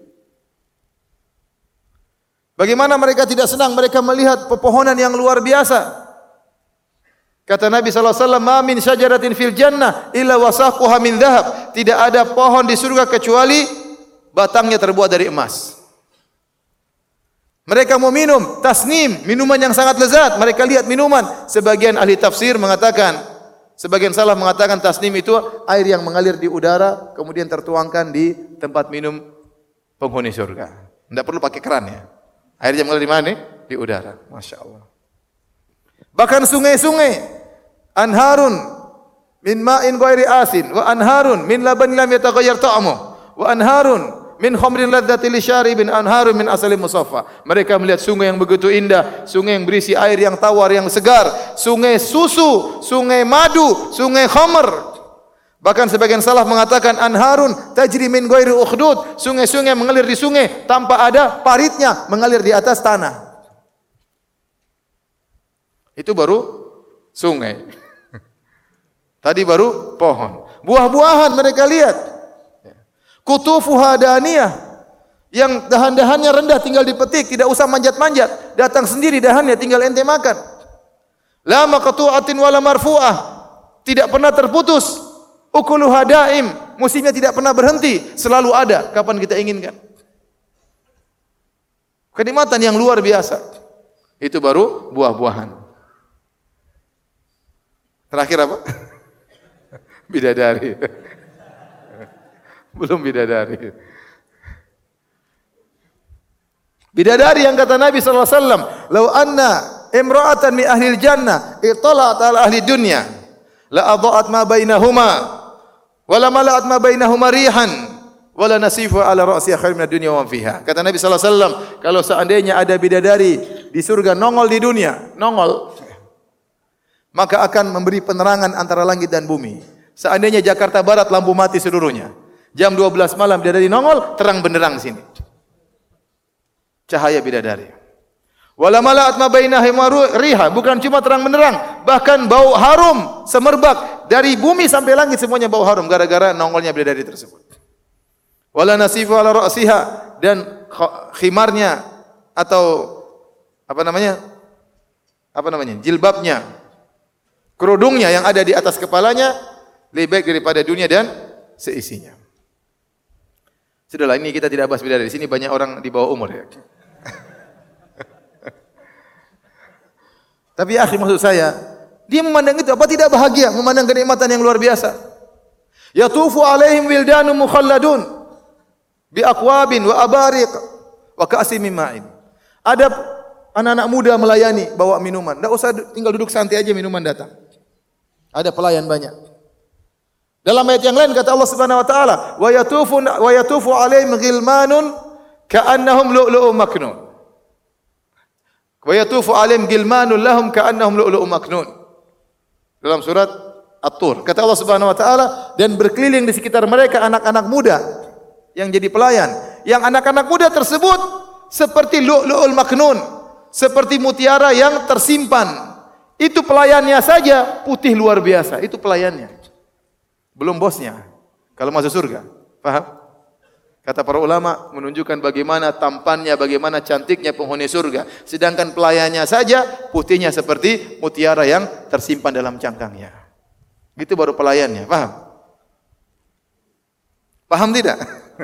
Bagaimana mereka tidak senang mereka melihat pepohonan yang luar biasa? Kata Nabi sallallahu alaihi wasallam, "Ma min syajaratin fil jannah illa wasaquha min dhahab." Tidak ada pohon di surga kecuali batangnya terbuat dari emas. Mereka mau minum tasnim, minuman yang sangat lezat. Mereka lihat minuman. Sebagian ahli tafsir mengatakan, sebagian salah mengatakan tasnim itu air yang mengalir di udara kemudian tertuangkan di tempat minum penghuni surga. Tidak perlu pakai keran ya. Air yang mengalir di mana? Di udara. Masya Allah. Bahkan sungai-sungai, anharun min ma'in ghairi asin wa anharun min labanin lam yataghayyar ta'amuh wa anharun min khamrin ladzati lisyaribin anharun min asalin musaffa. Mereka melihat sungai yang begitu indah, sungai yang berisi air yang tawar yang segar, sungai susu, sungai madu, sungai khamr. Bahkan sebagian salaf mengatakan anharun tajri min ghairi ukhdud, sungai-sungai mengalir di sungai tanpa ada paritnya, mengalir di atas tanah. Itu baru sungai. Tadi baru pohon. Buah-buahan mereka lihat. Kutufuha daniyah, yang dahan-dahannya rendah tinggal dipetik, tidak usah manjat-manjat, datang sendiri dahannya tinggal ente makan. La maqtu'atin wala marfu'ah, tidak pernah terputus. Ukuluha daim, musimnya tidak pernah berhenti, selalu ada kapan kita inginkan. Kenikmatan yang luar biasa. Itu baru buah-buahan. Terakhir apa? Bidadari. Belum bidadari. Bidadari yang kata Nabi sallallahu alaihi wasallam, "Lau anna imra'atan min ahli jannah ittala'at ala ahli dunya, la adha'at ma bainahuma, wa la mala'at ma bainahuma rihan, wa la nasifu ala ra'si khair min ad-dunya wa fiha." Kata Nabi sallallahu alaihi wasallam, kalau seandainya ada bidadari di surga nongol di dunia, nongol, maka akan memberi penerangan antara langit dan bumi. Seandainya Jakarta Barat lampu mati seluruhnya, jam dua belas malam bidadari nongol, terang benderang sini. Cahaya bidadari. Wala mala'at ma bainahuma riha, bukan cuma terang benderang, bahkan bau harum semerbak dari bumi sampai langit semuanya bau harum gara-gara nongolnya bidadari tersebut. Wala nasifu ala ra'siha, dan khimarnya atau apa namanya? Apa namanya? Jilbabnya, kerudungnya yang ada di atas kepalanya lebih baik daripada dunia dan seisinya. Sudahlah, ini kita tidak bahas bidadari. Di sini banyak orang di bawah umur ya. Tapi akhi, maksud saya, dia memandang itu apa tidak bahagia, memandang kenikmatan yang luar biasa. Yatufu alaihim wildanun mukhalladun bi aqwabin wa abariq wa ka'sin min ma'in. Ada anak-anak muda melayani, bawa minuman. Enggak usah tinggal duduk santai aja, minuman datang. Ada pelayan banyak. Dalam ayat yang lain kata Allah Subhanahu wa taala, "Wa yatufu wa yatufu 'alaihim ghilmanun ka'annahum lu'lu'un maknun." Wa yatufu 'alaihim ghilmanun lahum ka'annahum lu'lu'un maknun. Dalam surat At-Tur. Kata Allah Subhanahu wa taala, dan berkeliling di sekitar mereka anak-anak muda yang jadi pelayan. Yang anak-anak muda tersebut seperti lu'lu'ul maknun, seperti mutiara yang tersimpan. Itu pelayannya saja putih luar biasa. Itu pelayannya. Belum bosnya. Kalau masuk surga. Paham? Kata para ulama menunjukkan bagaimana tampannya, bagaimana cantiknya penghuni surga. Sedangkan pelayannya saja putihnya seperti mutiara yang tersimpan dalam cangkangnya. Itu baru pelayannya. Paham? Paham tidak?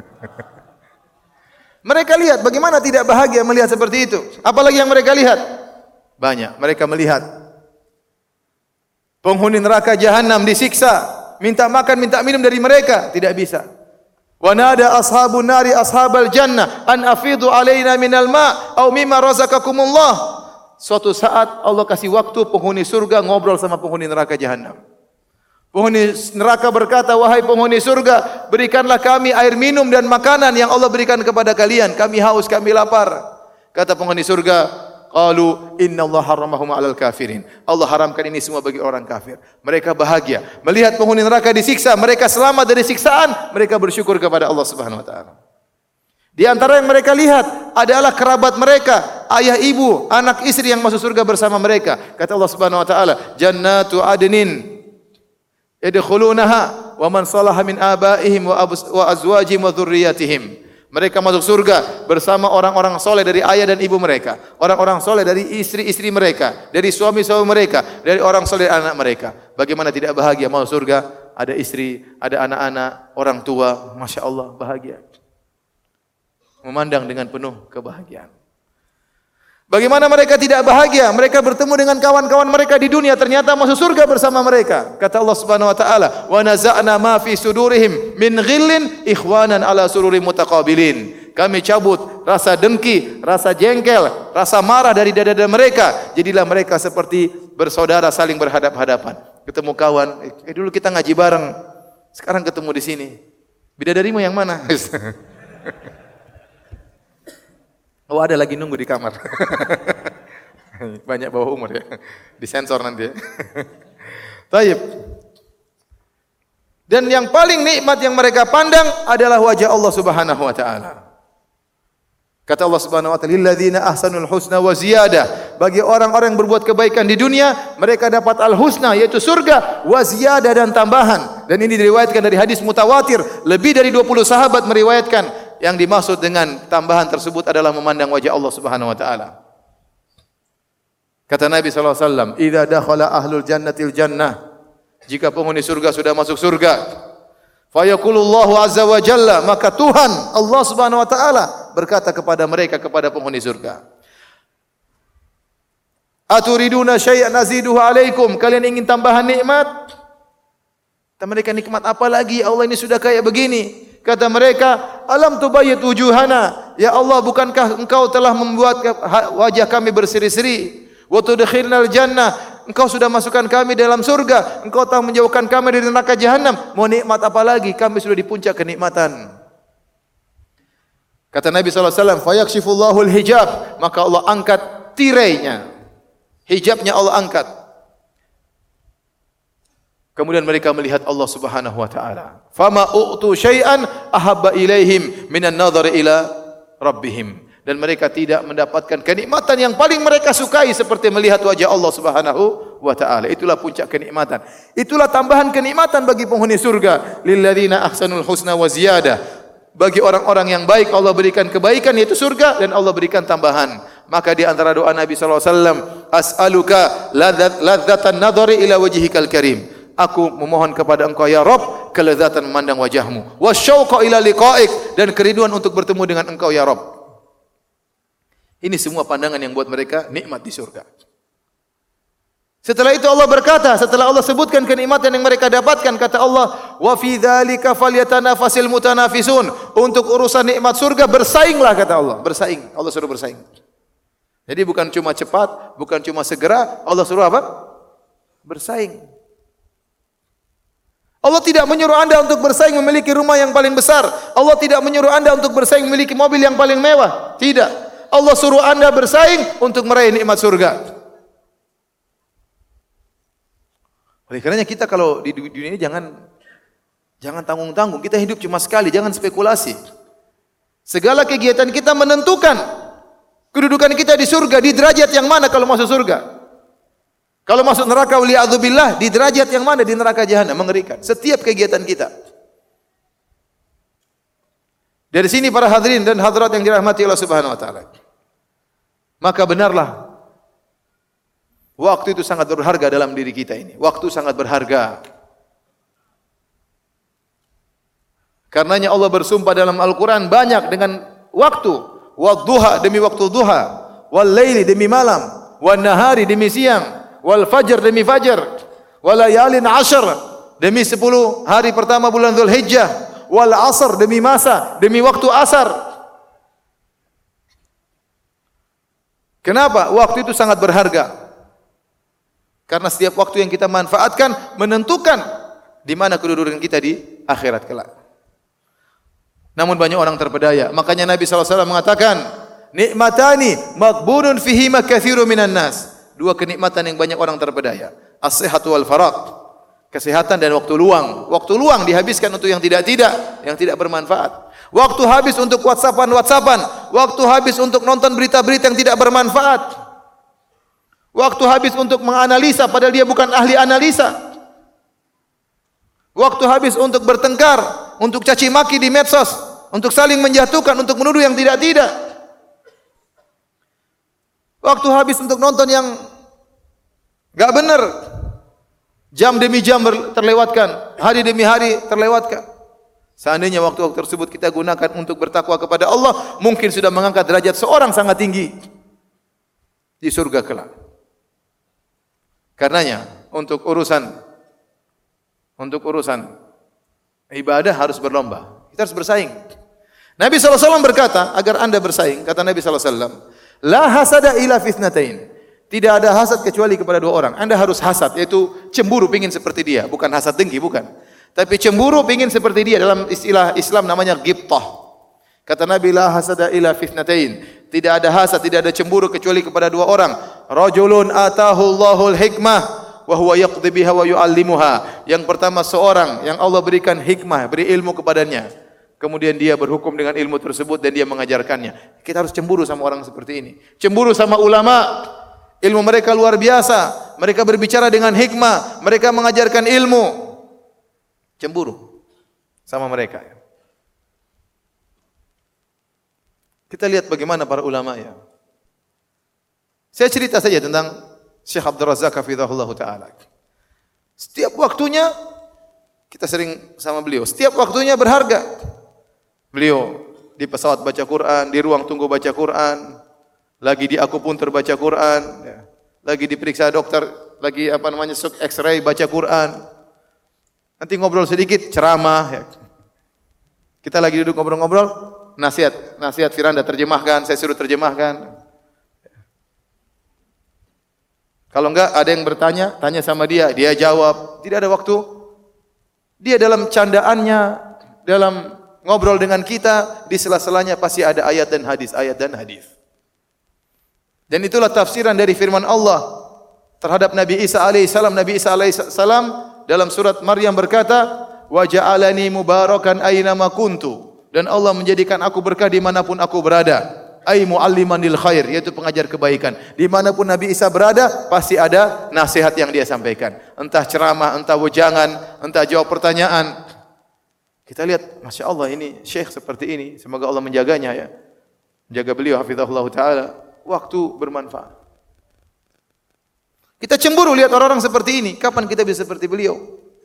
Mereka lihat bagaimana tidak bahagia melihat seperti itu. Apalagi yang mereka lihat? Banyak. Mereka melihat penghuni neraka jahanam disiksa. Minta makan, minta minum dari mereka. Tidak bisa. Wa nada ashabun nari ashabal jannah an afidu alaina minal ma' au mimma razaqakumullah. Suatu saat Allah kasih waktu penghuni surga ngobrol sama penghuni neraka jahanam. Penghuni neraka berkata, "Wahai penghuni surga, berikanlah kami air minum dan makanan yang Allah berikan kepada kalian. Kami haus, kami lapar." Kata penghuni surga, qalu innallaha harramahum 'alal kafirin. Allah haramkan ini semua bagi orang kafir. Mereka bahagia melihat penghuni neraka disiksa, mereka selamat dari siksaan, mereka bersyukur kepada Allah Subhanahu wa taala. Di antara yang mereka lihat adalah kerabat mereka, ayah ibu, anak istri yang masuk surga bersama mereka. Kata Allah Subhanahu wa taala, "Jannatu adnin yadkhulunaha wa man salaha min abaihim wa azwajihim wa dzurriyyatihim." Mereka masuk surga bersama orang-orang soleh dari ayah dan ibu mereka, orang-orang soleh dari istri-istri mereka, dari suami-suami mereka, dari orang soleh dari anak mereka. Bagaimana tidak bahagia masuk surga? Ada istri, ada anak-anak, orang tua, masya Allah bahagia. Memandang dengan penuh kebahagiaan. Bagaimana mereka tidak bahagia? Mereka bertemu dengan kawan-kawan mereka di dunia, ternyata masuk surga bersama mereka. Kata Allah Subhanahu wa taala, "Wa naza'na ma fi sudurihim min ghillin ikhwanan ala sururin mutaqabilin." Kami cabut rasa dengki, rasa jengkel, rasa marah dari dada-dada mereka. Jadilah mereka seperti bersaudara saling berhadap-hadapan. Ketemu kawan, eh dulu kita ngaji bareng. Sekarang ketemu di sini. Bidadarimu yang mana? Oh, ada lagi nunggu di kamar. Banyak bawah umur ya. Disensor nanti ya. Taib. Dan yang paling nikmat yang mereka pandang adalah wajah Allah Subhanahu wa taala. Kata Allah Subhanahu wa taala, "Lilladzina ahsanul husna wa ziyadah." Bagi orang-orang yang berbuat kebaikan di dunia, mereka dapat al-husna yaitu surga, wa ziyadah dan tambahan. Dan ini diriwayatkan dari hadis mutawatir, lebih dari dua puluh sahabat meriwayatkan. Yang dimaksud dengan tambahan tersebut adalah memandang wajah Allah Subhanahu wa taala. Kata Nabi sallallahu alaihi wasallam, "Idza dakhala ahlul jannatil jannah." Jika penghuni surga sudah masuk surga, fa yaqulullahu azza wa jalla, maka Tuhan Allah Subhanahu wa taala berkata kepada mereka, kepada penghuni surga, "Aturiduna syai'an aziduhu alaikum?" Kalian ingin tambahan nikmat? Kata mereka, nikmat apa lagi? Allah ini sudah kayak begini. Kata mereka, "Alam tubayyit wujuhana?" Ya Allah, bukankah Engkau telah membuat wajah kami berseri-seri? Wa tudkhilnal jannah. Engkau sudah masukkan kami dalam surga. Engkau telah menjauhkan kami dari neraka jahanam. Mau nikmat apa lagi? Kami sudah di puncak kenikmatan. Kata Nabi sallallahu alaihi wasallam, "Fayakhshifullahu al-hijab." Maka Allah angkat tirainya. Hijabnya Allah angkat. Kemudian mereka melihat Allah Subhanahu wa taala. Fama u'tu syai'an ahabba ilaihim minan nadhari ila rabbihim. Dan mereka tidak mendapatkan kenikmatan yang paling mereka sukai seperti melihat wajah Allah Subhanahu wa taala. Itulah puncak kenikmatan. Itulah tambahan kenikmatan bagi penghuni surga. Lilladzina ahsanul husna wa ziyadah. Bagi orang-orang yang baik Allah berikan kebaikan yaitu surga dan Allah berikan tambahan. Maka di antara doa Nabi sallallahu alaihi wasallam, "As'aluka ladzatan nadhari ila wajhikal karim." Aku memohon kepada Engkau ya Rabb kelezatan memandang wajahmu, wasyauqa ila liqa'ik, dan kerinduan untuk bertemu dengan Engkau ya Rabb. Ini semua pandangan yang buat mereka nikmat di surga. Setelah itu Allah berkata, setelah Allah sebutkan kenikmatan yang mereka dapatkan, kata Allah, "Wa fi dzalika falyatanafasil mutanafisun." Untuk urusan nikmat surga bersainglah, kata Allah. Bersaing. Allah suruh bersaing. Jadi bukan cuma cepat, bukan cuma segera, Allah suruh apa? Bersaing. Allah tidak menyuruh Anda untuk bersaing memiliki rumah yang paling besar. Allah tidak menyuruh Anda untuk bersaing memiliki mobil yang paling mewah. Tidak. Allah suruh Anda bersaing untuk meraih nikmat surga. Oleh karenanya kita kalau di dunia ini jangan jangan tanggung-tanggung. Kita hidup cuma sekali, jangan spekulasi. Segala kegiatan kita menentukan kedudukan kita di surga, di derajat yang mana kalau masuk surga. Kalau masuk neraka waliyadzubillah, di derajat yang mana? Di neraka jahanam, mengerikan. Setiap kegiatan kita. Dari sini para hadirin dan hadirat yang dirahmati Allah Subhanahu wa taala. Maka benarlah waktu itu sangat berharga dalam diri kita ini. Waktu sangat berharga. Karenanya Allah bersumpah dalam Al-Qur'an banyak dengan waktu. Wadduha demi waktu duha, wal laili demi malam, wan nahari demi siang. Wal fajr demi fajar, wal layalin ashar demi sepuluh hari pertama bulan Dzulhijjah, wal asr demi masa, demi waktu asar. Kenapa? Waktu itu sangat berharga. Karena setiap waktu yang kita manfaatkan menentukan di mana kedudukan kita di akhirat kelak. Namun banyak orang terpedaya. Makanya Nabi sallallahu alaihi wasallam mengatakan, nikmatani maghbunun fihima katsirun minan nas. Dua kenikmatan yang banyak orang terpedaya. As-sihhatu wal faragh. Kesehatan dan waktu luang. Waktu luang dihabiskan untuk yang tidak-tidak, yang tidak bermanfaat. Waktu habis untuk WhatsAppan-WhatsAppan. Waktu habis untuk nonton berita-berita yang tidak bermanfaat. Waktu habis untuk menganalisa padahal dia bukan ahli analisa. Waktu habis untuk bertengkar, untuk caci maki di medsos, untuk saling menjatuhkan, untuk menuduh yang tidak-tidak. Waktu habis untuk nonton yang enggak benar. Jam demi jam terlewatkan, hari demi hari terlewatkan. Seandainya waktu-waktu tersebut kita gunakan untuk bertakwa kepada Allah, mungkin sudah mengangkat derajat seorang sangat tinggi di surga kelak. Karenanya untuk urusan untuk urusan ibadah harus berlomba. Kita harus bersaing. Nabi sallallahu alaihi wasallam berkata, agar Anda bersaing, kata Nabi sallallahu alaihi wasallam, la hasada ila fitnatain. Tidak ada hasad kecuali kepada dua orang. Anda harus hasad, yaitu cemburu pingin seperti dia, bukan hasad dengki, bukan. Tapi cemburu pingin seperti dia, dalam istilah Islam namanya ghibtah. Kata Nabi, la hasada ila fitnatain. Tidak ada hasad, tidak ada cemburu kecuali kepada dua orang. Rajulun atahu Allahul hikmah wa huwa yaqdi biha wa yuallimuha. Yang pertama seorang yang Allah berikan hikmah, beri ilmu kepadanya. Kemudian dia berhukum dengan ilmu tersebut dan dia mengajarkannya. Kita harus cemburu sama orang seperti ini. Cemburu sama ulama. Ilmu mereka luar biasa. Mereka berbicara dengan hikmah. Mereka mengajarkan ilmu. Cemburu sama mereka. Kita lihat bagaimana para ulama ya. Saya cerita saja tentang Syekh Abdul Razak hafizahullah ta'ala. Setiap waktunya kita sering sama beliau. Setiap waktunya berharga. Beliau di pesawat baca Quran, di ruang tunggu baca Quran, lagi di akupuntur baca Quran, ya. Lagi diperiksa dokter, lagi apa namanya X-ray baca Quran. Nanti ngobrol sedikit ceramah. Ya. Kita lagi duduk ngobrol-ngobrol, nasihat, nasihat Firanda terjemahkan, saya suruh terjemahkan. Kalau enggak ada yang bertanya, tanya sama dia, dia jawab. Tidak ada waktu. Dia dalam candaannya, dalam ngobrol dengan kita, di sela-selanya pasti ada ayat dan hadis, ayat dan hadis. Dan itulah tafsiran dari firman Allah terhadap Nabi Isa alaihissalam. Nabi Isa alaihissalam dalam surat Maryam berkata, wa ja'alani mubarakan aynama kuntu. Dan Allah menjadikan aku berkah dimanapun aku berada. Ay mu'alliman lil khair, yaitu pengajar kebaikan. Dimanapun Nabi Isa berada, pasti ada nasihat yang dia sampaikan. Entah ceramah, entah wejangan, entah jawab pertanyaan. Kita lihat, Masya Allah ini syekh seperti ini. Semoga Allah menjaganya ya. Jaga beliau, hafizahullah ta'ala. Waktu bermanfaat. Kita cemburu lihat orang-orang seperti ini. Kapan kita bisa seperti beliau?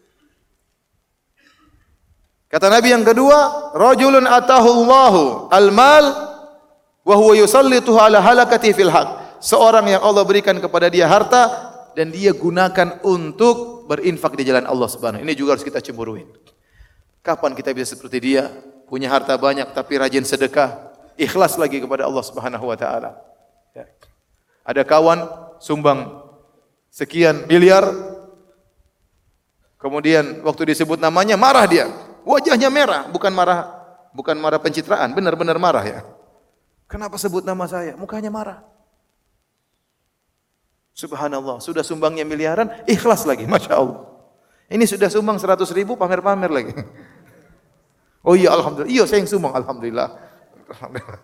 Kata Nabi yang kedua, rajulun atahu Allahu al-mal wa huwa yusallituhu ala halakati fil haq. Seorang yang Allah berikan kepada dia harta dan dia gunakan untuk berinfak di jalan Allah Subhanahu. Ini juga harus kita cemburuin. Kapan kita bisa seperti dia? Punya harta banyak tapi rajin sedekah, ikhlas lagi kepada Allah Subhanahu wa taala. Ya. Ada kawan sumbang sekian miliar, Kemudian waktu disebut namanya marah dia. Wajahnya merah, bukan marah bukan marah pencitraan, benar-benar marah ya. Kenapa sebut nama saya? Mukanya marah. Subhanallah, sudah sumbangnya miliaran, ikhlas lagi, Masya Allah. Ini sudah sumbang seratus ribu, pamer-pamer lagi. Oh iya, alhamdulillah. Iya, saya yang sumbang, alhamdulillah. Alhamdulillah.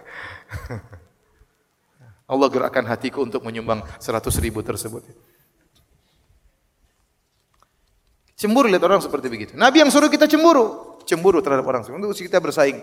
Allah gerakkan hatiku untuk menyumbang seratus ribu tersebut. Cemburu lihat orang seperti begitu. Nabi yang suruh kita cemburu. Cemburu terhadap orang. Untuk kita bersaing.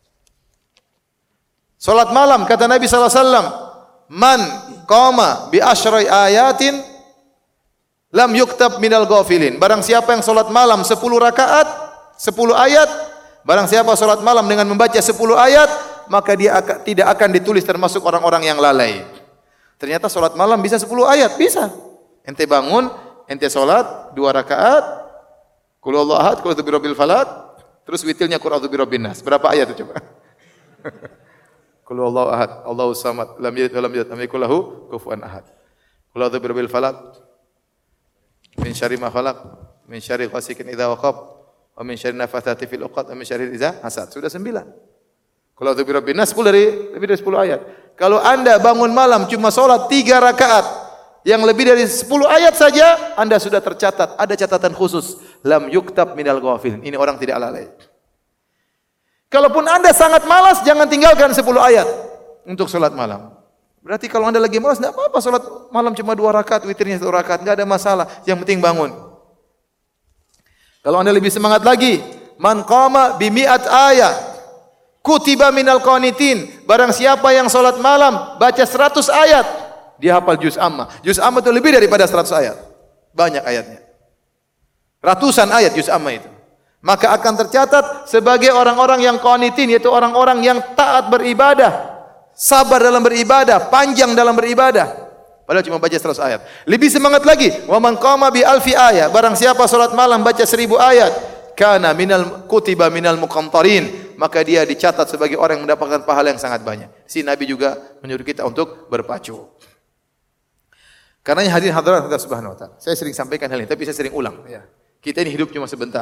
Salat malam, kata Nabi sallallahu alaihi wasallam. Man qama bi asyri ayatin lam yuktab minal ghafilin. Barang siapa yang salat malam sepuluh rakaat, sepuluh ayat. Barang siapa salat malam dengan membaca sepuluh ayat, maka dia akan, tidak akan ditulis termasuk orang-orang yang lalai. Ternyata salat malam bisa sepuluh ayat, bisa. Ente bangun, ente salat dua rakaat, Qul huwallahu ahad, qul a'udzu birabbil falaq, terus witirnya qul a'udzu birabbin nas. Berapa ayat itu coba? Qul huwallahu ahad, Allahus samad, lam yalid wa lam yulad, lam yakul lahu kufuwan ahad. Qul a'udzu birabbil falaq, min syarri ma khalaq, min syarri ghasikin idza waqab, wa min syarri nafatsati fil 'uqad, wa min syarri idza hasad. Sudah sembilan. Qul a'udzu birabbin nas sepuluh dari lebih dari sepuluh ayat. Kalau Anda bangun malam cuma salat tiga rakaat, yang lebih dari sepuluh ayat saja, Anda sudah tercatat. Ada catatan khusus. Lam yuktab minal ghafilin. Ini orang tidak lalai. Kalaupun Anda sangat malas, jangan tinggalkan sepuluh ayat untuk salat malam. Berarti kalau Anda lagi malas, tidak apa-apa salat malam cuma dua rakaat, witirnya satu rakaat, enggak ada masalah. Yang penting bangun. Kalau Anda lebih semangat lagi, man qama bi mi'at ayat, kutiba minal qanitin. Barang siapa yang salat malam baca seratus ayat, dia hafal juz amma. Juz amma itu lebih daripada seratus ayat. Banyak ayatnya. Ratusan ayat juz amma itu. Maka akan tercatat sebagai orang-orang yang qanitin, yaitu orang-orang yang taat beribadah, sabar dalam beribadah, panjang dalam beribadah. Padahal cuma baca seratus ayat. Lebih semangat lagi, wa man qama bi alfi ayat. Barang siapa salat malam baca seribu ayat, kana minal kutiba minal muqantarin, maka dia dicatat sebagai orang yang mendapatkan pahala yang sangat banyak. Si Nabi juga menyuruh kita untuk berpacu. Karena hadirin hadirat Allah Subhanahu wa taala. Saya sering sampaikan hal ini, tapi saya sering ulang ya. Kita ini hidup cuma sebentar.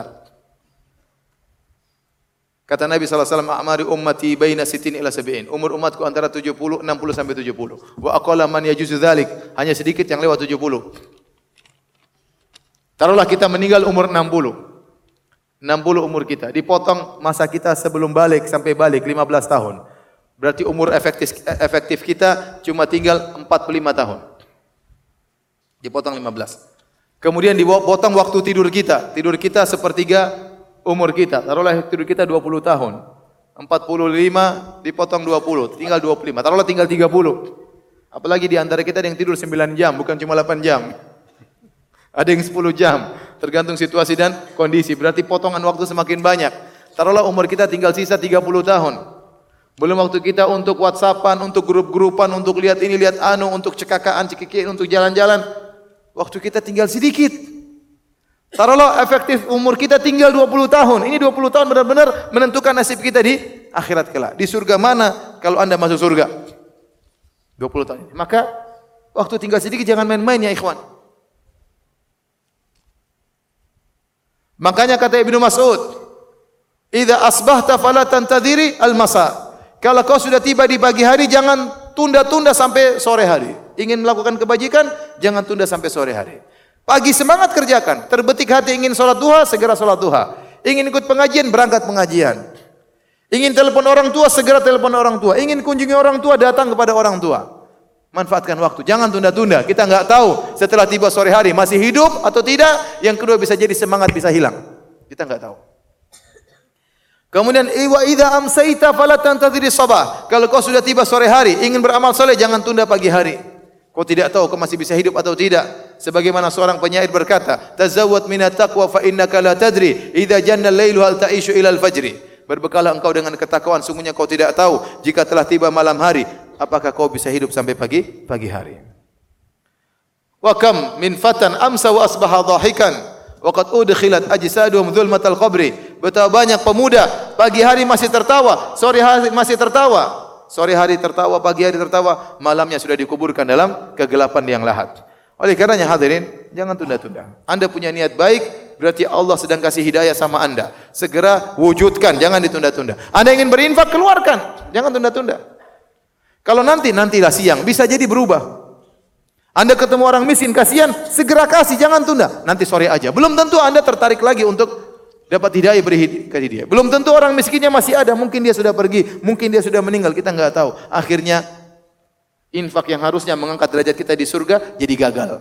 Kata Nabi sallallahu alaihi wasallam, "A'mari ummati baina sittin ila sab'in." Umur umatku antara tujuh puluh, enam puluh sampai tujuh puluh. Wa aqalla man yajuzu dzalik, hanya sedikit yang lewat tujuh puluh. Taruhlah kita meninggal umur enam puluh. enam puluh umur kita, dipotong masa kita sebelum balik sampai balik lima belas tahun. Berarti umur efektif efektif kita cuma tinggal empat puluh lima tahun. Dipotong lima belas. Kemudian dipotong waktu tidur kita. Tidur kita sepertiga umur kita. Taruhlah tidur kita dua puluh tahun. empat puluh lima dipotong dua puluh, tinggal dua puluh lima. Taruhlah tinggal tiga puluh. Apalagi di antara kita ada yang tidur sembilan jam, bukan cuma delapan jam. Ada yang sepuluh jam, tergantung situasi dan kondisi. Berarti potongan waktu semakin banyak. Taruhlah umur kita tinggal sisa tiga puluh tahun. Belum waktu kita untuk WhatsAppan, untuk grup-grupan, untuk lihat ini, lihat anu, untuk cekakaan, cekikian, untuk jalan-jalan. Waktu kita tinggal sedikit. Taruhlah efektif umur kita tinggal dua puluh tahun. Ini dua puluh tahun benar-benar menentukan nasib kita di akhirat kelak. Di surga mana kalau Anda masuk surga? dua puluh tahun. Maka waktu tinggal sedikit jangan main-main ya ikhwan. Makanya kata Ibnu Mas'ud, "Idza asbahta fala tantadhiri al-masa." Kalau kau sudah tiba di pagi hari, jangan tunda-tunda sampai sore hari. Ingin melakukan kebajikan, jangan tunda sampai sore hari. Pagi semangat kerjakan. Terbetik hati ingin sholat duha, segera sholat duha. Ingin ikut pengajian, berangkat pengajian. Ingin telepon orang tua, segera telepon orang tua. Ingin kunjungi orang tua, datang kepada orang tua. Manfaatkan waktu, jangan tunda-tunda. Kita enggak tahu setelah tiba sore hari masih hidup atau tidak. Yang kedua bisa jadi semangat bisa hilang. Kita enggak tahu. Kemudian wa idza amsayta fala tantadhiri sabah. Kalau kau sudah tiba sore hari, ingin beramal saleh, jangan tunda pagi hari. Kau tidak tahu kau masih bisa hidup atau tidak. Sebagaimana seorang penyair berkata, "Tazawwad minat taqwa fa innaka la tadri idza janna al-lailu hal ta'ishu ila al-fajri." Berbekalah engkau dengan ketakwaan, sungguhnya kau tidak tahu jika telah tiba malam hari, apakah kau bisa hidup sampai pagi pagi hari. Wa kam min fatan amsa wa asbaha dhahikan wa qad udkhilat ajsaduhum dhulmatal qabri. Betapa banyak pemuda pagi hari masih tertawa, sore hari masih tertawa. Sore hari tertawa, pagi hari tertawa, malamnya sudah dikuburkan dalam kegelapan yang lahat. Oleh karenanya hadirin, jangan tunda-tunda. Anda punya niat baik, berarti Allah sedang kasih hidayah sama Anda. Segera wujudkan, jangan ditunda-tunda. Anda ingin berinfak, keluarkan, jangan tunda-tunda. Kalau nanti, nantilah siang, bisa jadi berubah. Anda ketemu orang miskin, kasihan, segera kasih, jangan tunda. Nanti sore aja. Belum tentu Anda tertarik lagi untuk dapat hidayah, beri kasih dia. Belum tentu orang miskinnya masih ada, mungkin dia sudah pergi, mungkin dia sudah meninggal, kita enggak tahu. Akhirnya infak yang harusnya mengangkat derajat kita di surga jadi gagal.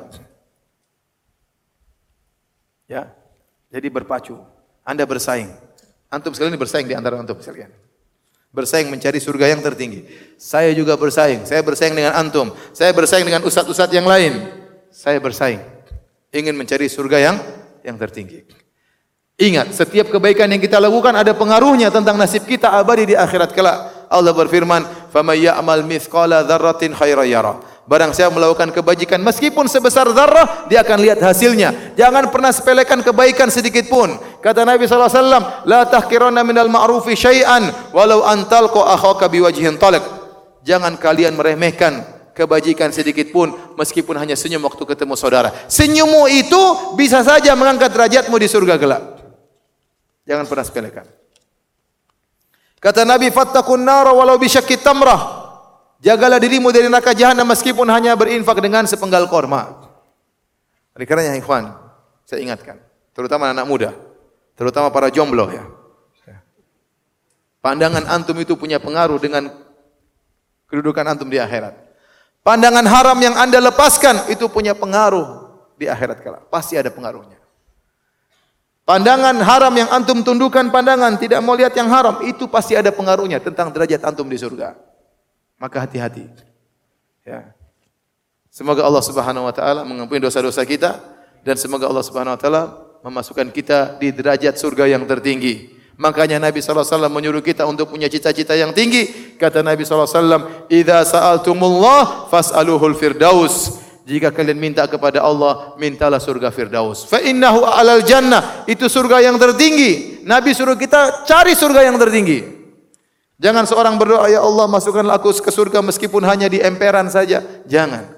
Ya. Jadi berpacu. Anda bersaing. Antum sekalian bersaing di antara antum sekalian. Bersaing mencari surga yang tertinggi. Saya juga bersaing. Saya bersaing dengan antum. Saya bersaing dengan ustaz-ustaz yang lain. Saya bersaing. Ingin mencari surga yang yang tertinggi. Ingat, setiap kebaikan yang kita lakukan ada pengaruhnya tentang nasib kita abadi di akhirat kelak. Allah berfirman, "Faman ya'mal mithqala dzarratin khairan yara." Barang siapa melakukan kebajikan meskipun sebesar zarrah, dia akan lihat hasilnya. Jangan pernah sepelekan kebaikan sedikit pun. Kata Nabi sallallahu alaihi wasallam, "La tahqiranna minal ma'rufi syai'an walau an talqa akhaka biwajhin talaq." Jangan kalian meremehkan kebajikan sedikit pun meskipun hanya senyum waktu ketemu saudara. Senyummu itu bisa saja mengangkat derajatmu di surga kelak. Jangan pernah sepelekan. Kata Nabi, "Fattaqun nara walau bisyaqqi tamrah." Jagalah dirimu dari neraka jahanam meskipun hanya berinfak dengan sepenggal korma. Oleh karenanya ikhwan, saya ingatkan, terutama anak muda, terutama para jomblo ya. Pandangan antum itu punya pengaruh dengan kedudukan antum di akhirat. Pandangan haram yang Anda lepaskan itu punya pengaruh di akhirat kelak. Pasti ada pengaruhnya. Pandangan haram yang antum tundukkan pandangan, tidak mau lihat yang haram, itu pasti ada pengaruhnya tentang derajat antum di surga. Maka hati-hati. Ya. Semoga Allah Subhanahu wa taala mengampuni dosa-dosa kita dan semoga Allah Subhanahu wa taala memasukkan kita di derajat surga yang tertinggi. Makanya Nabi sallallahu alaihi wasallam menyuruh kita untuk punya cita-cita yang tinggi. Kata Nabi sallallahu alaihi wasallam, "Idza sa'altumullah fas'aluhul firdaus." Jika kalian minta kepada Allah, mintalah surga Firdaus. Fa innahu a'lal jannah. Itu surga yang tertinggi. Nabi suruh kita cari surga yang tertinggi. Jangan seorang berdoa, "Ya Allah, masukkanlah aku ke surga meskipun hanya di emperan saja." Jangan.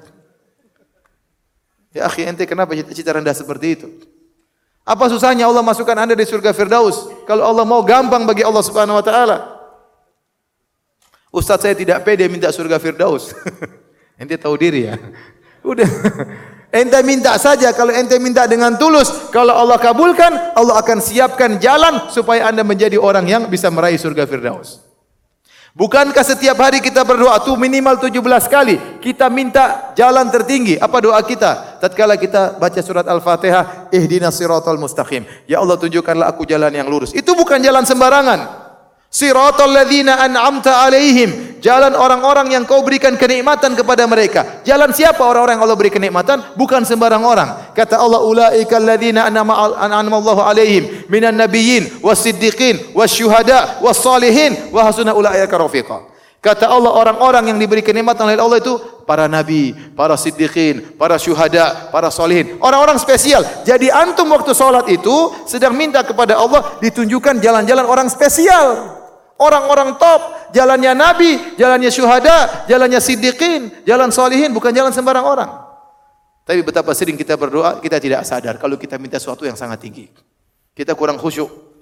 Ya akhi, ente kenapa cita-cita rendah seperti itu? Apa susahnya Allah masukkan Anda di surga Firdaus? Kalau Allah mau, gampang bagi Allah Subhanahu wa taala. Ustaz, saya tidak pede minta surga Firdaus. Ente tahu diri ya. Udah. Ente minta saja, kalau ente minta dengan tulus, kalau Allah kabulkan, Allah akan siapkan jalan supaya Anda menjadi orang yang bisa meraih surga Firdaus. Bukankah setiap hari kita berdoa tuh minimal tujuh belas kali kita minta jalan tertinggi? Apa doa kita? Tatkala kita baca surat Al-Fatihah, ihdinas siratal mustaqim. Ya Allah, tunjukkanlah aku jalan yang lurus. Itu bukan jalan sembarangan. Siratal ladzina an'amta alaihim, jalan orang-orang yang kau berikan kenikmatan kepada mereka. Jalan siapa orang-orang yang Allah beri kenikmatan? Bukan sembarang orang. Kata Allah, ulaikal ladzina an'ama Allahu alaihim minan nabiyyin was-siddiqin wasyuhada was-salihin wa hasuna ulaika rafiqa. Kata Allah, orang-orang yang diberi kenikmatan oleh Allah itu para nabi, para siddiqin, para syuhada, para salihin. Orang-orang spesial. Jadi antum waktu salat itu sedang minta kepada Allah ditunjukkan jalan-jalan orang spesial. Orang-orang top, jalannya nabi, jalannya syuhada, jalannya siddiqin, jalan salihin, bukan jalan sembarang orang. Tapi betapa sering kita berdoa, kita tidak sadar kalau kita minta sesuatu yang sangat tinggi. Kita kurang khusyuk.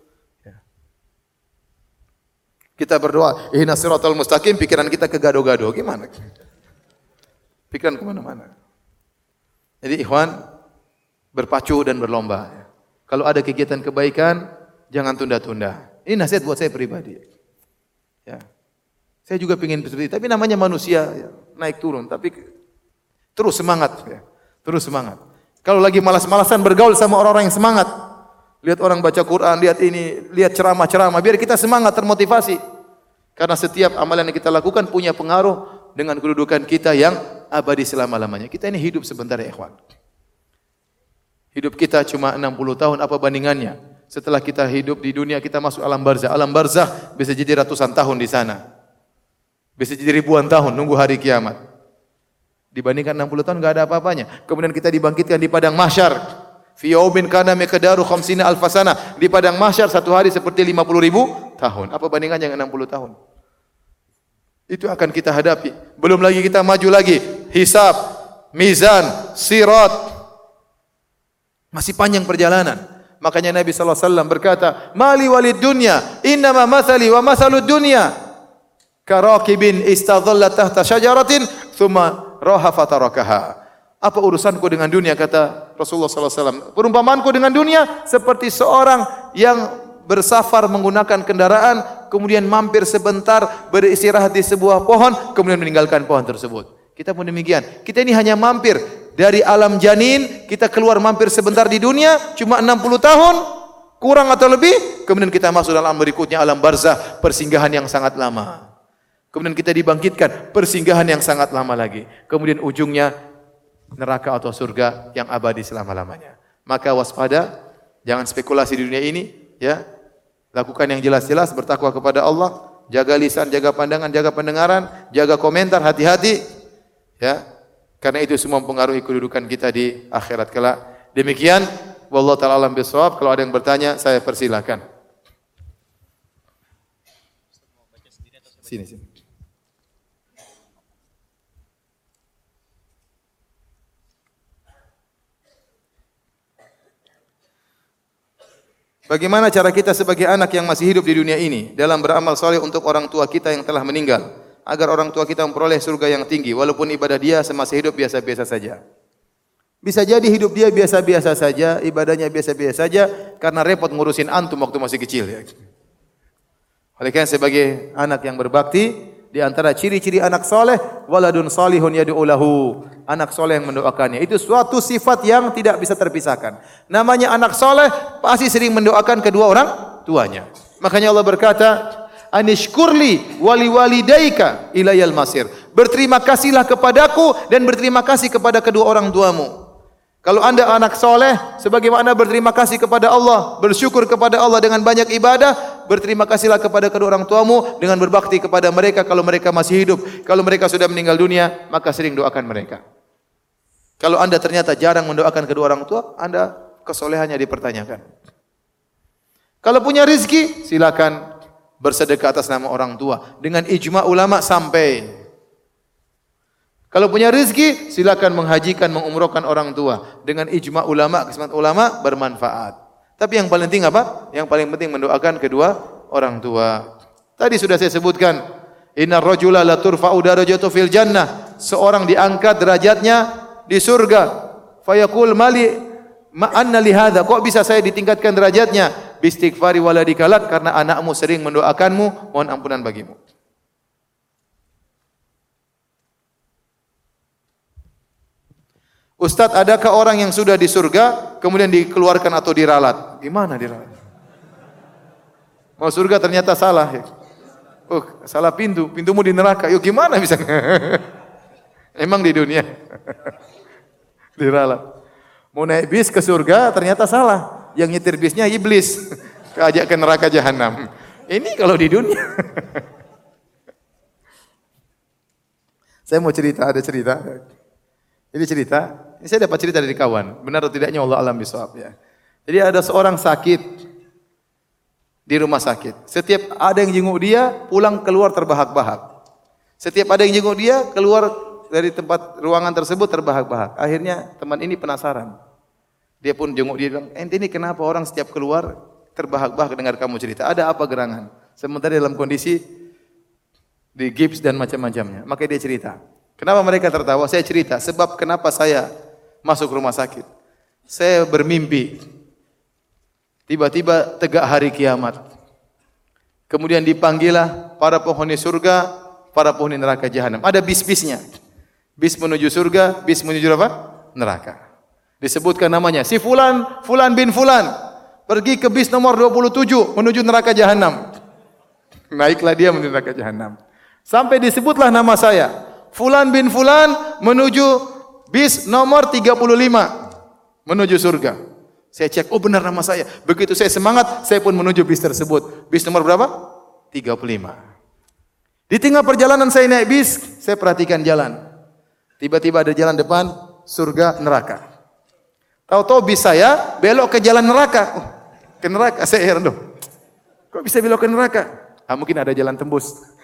Kita berdoa, ihdinas siratal mustaqim, pikiran kita ke gado-gado. Gimana? Pikiran kemana-mana. Jadi ikhwan, berpacu dan berlomba. Kalau ada kegiatan kebaikan, jangan tunda-tunda. Ini nasihat buat saya pribadi. Ya. Saya juga ingin seperti itu, tapi namanya manusia, ya, naik turun. Tapi terus semangat. Ya. Terus semangat. Kalau lagi malas-malasan bergaul sama orang-orang yang semangat. Lihat orang baca Quran, lihat ini, lihat ceramah-ceramah, biar kita semangat, termotivasi. Karena setiap amalan yang kita lakukan punya pengaruh dengan kedudukan kita yang abadi selama-lamanya. Kita ini hidup sebentar ya ikhwan. Hidup kita cuma enam puluh tahun, apa bandingannya? Setelah kita hidup di dunia, kita masuk alam barzah. Alam barzah bisa jadi ratusan tahun di sana. Bisa jadi ribuan tahun, nunggu hari kiamat. Dibandingkan enam puluh tahun, enggak ada apa-apanya. Kemudian kita dibangkitkan di padang mahsyar. Fi yaumin kana miqdaru khamsina alf sana. Di padang mahsyar satu hari seperti lima puluh ribu tahun. Apa bandingannya dengan enam puluh tahun? Itu akan kita hadapi. Belum lagi kita maju lagi. Hisab, mizan, sirat. Masih panjang perjalanan. Makanya Nabi sallallahu alaihi wasallam berkata, "Mali walid dunya, innama mathali wa mathalud dunya karakibin istadhalla tahta syajaratin thumma raha fatarakaha." Apa urusanku dengan dunia, kata Rasulullah sallallahu alaihi wasallam. Perumpamanku dengan dunia seperti seorang yang bersafar menggunakan kendaraan, kemudian mampir sebentar beristirahat di sebuah pohon, kemudian meninggalkan pohon tersebut. Kita pun demikian. Kita ini hanya mampir dari alam janin, kita keluar mampir sebentar di dunia, cuma enam puluh tahun, kurang atau lebih, kemudian kita masuk dalam alam berikutnya, alam barzah, persinggahan yang sangat lama. Kemudian kita dibangkitkan, persinggahan yang sangat lama lagi. Kemudian ujungnya neraka atau surga yang abadi selama-lamanya. Maka waspada, jangan spekulasi di dunia ini, ya. Lakukan yang jelas-jelas, bertakwa kepada Allah, jaga lisan, jaga pandangan, jaga pendengaran, jaga komentar, hati-hati, ya. Karena itu semua mempengaruhi kedudukan kita di akhirat kelak. Demikian, wallahu ta'ala alam bisawab. Kalau ada yang bertanya, saya persilakan. Sini, sini. Bagaimana cara kita sebagai anak yang masih hidup di dunia ini dalam beramal saleh untuk orang tua kita yang telah meninggal, agar orang tua kita memperoleh surga yang tinggi walaupun ibadah dia semasa hidup biasa-biasa saja. Bisa jadi hidup dia biasa-biasa saja, ibadahnya biasa-biasa saja karena repot ngurusin antum waktu masih kecil, ya. Oleh karena sebagai anak yang berbakti, di antara ciri-ciri anak soleh, waladun salihun yad'u lahu, anak soleh yang mendoakannya. Itu suatu sifat yang tidak bisa terpisahkan. Namanya anak soleh pasti sering mendoakan kedua orang tuanya. Makanya Allah berkata, anishkurli wali walidaika ilayal masir. Berterima kasihlah kepadaku dan berterima kasih kepada kedua orang tuamu. Kalau anda anak soleh, sebagaimana berterima kasih kepada Allah, bersyukur kepada Allah dengan banyak ibadah, berterima kasihlah kepada kedua orang tuamu dengan berbakti kepada mereka kalau mereka masih hidup. Kalau mereka sudah meninggal dunia, maka sering doakan mereka. Kalau anda ternyata jarang mendoakan kedua orang tua, anda kesolehannya dipertanyakan. Kalau punya rizki, silakan bersedekah atas nama orang tua. Dengan ijma ulama sampai. Kalau punya rezeki, silakan menghajikan, mengumrohkan orang tua. Dengan ijma ulama, kesepakatan ulama bermanfaat. Tapi yang paling penting apa? Yang paling penting mendoakan kedua orang tua. Tadi sudah saya sebutkan, innar rajula la turfa'u darajatuhu fil jannah. Seorang diangkat derajatnya di surga. Fayaqul mali ma anna li hadza? Kok bisa saya ditingkatkan derajatnya? Bistighfari waladikalak, karena anakmu sering mendoakanmu, mohon ampunan bagimu. Ustaz, adakah orang yang sudah di surga kemudian dikeluarkan atau diralat? Gimana diralat? Mau surga ternyata salah. Oh, salah pintu, pintumu di neraka. Yuk gimana bisa? Emang di dunia diralat. Mau naik bis ke surga ternyata salah. Yang nyetir bisnya iblis. Keajak ke neraka jahanam. Ini kalau di dunia. Saya mau cerita, ada cerita. Ini cerita, ini saya dapat cerita dari kawan. Benar atau tidaknya Allah alam bisawab, ya. Jadi ada seorang sakit di rumah sakit. Setiap ada yang jenguk dia, pulang keluar terbahak-bahak. Setiap ada yang jenguk dia, keluar dari tempat ruangan tersebut terbahak-bahak. Akhirnya teman ini penasaran. Dia pun jenguk dia, bilang, ente ini kenapa orang setiap keluar terbahak-bahak dengar kamu cerita? Ada apa gerangan? Sementara dalam kondisi di gips dan macam-macamnya. Maka dia cerita. Kenapa mereka tertawa? Saya cerita, sebab kenapa saya masuk rumah sakit. Saya bermimpi, tiba-tiba tegak hari kiamat. Kemudian dipanggillah para penghuni surga, para penghuni neraka jahanam. Ada bis-bisnya. Bis menuju surga, bis menuju apa? Neraka. Disebutkan namanya, si Fulan, Fulan bin Fulan. Pergi ke bis nomor dua puluh tujuh, menuju neraka jahanam. Naiklah dia menuju neraka jahanam. Sampai disebutlah nama saya. Fulan bin Fulan menuju bis nomor tiga puluh lima menuju surga. Saya cek, oh benar nama saya. Begitu saya semangat, saya pun menuju bis tersebut. Bis nomor berapa? tiga puluh lima. Di tengah perjalanan saya naik bis, saya perhatikan jalan. Tiba-tiba ada jalan depan, surga, neraka. Tahu-tahu bis saya belok ke jalan neraka. Oh, ke neraka, saya heran dong. Kok bisa belok ke neraka? Ah, mungkin ada jalan tembus.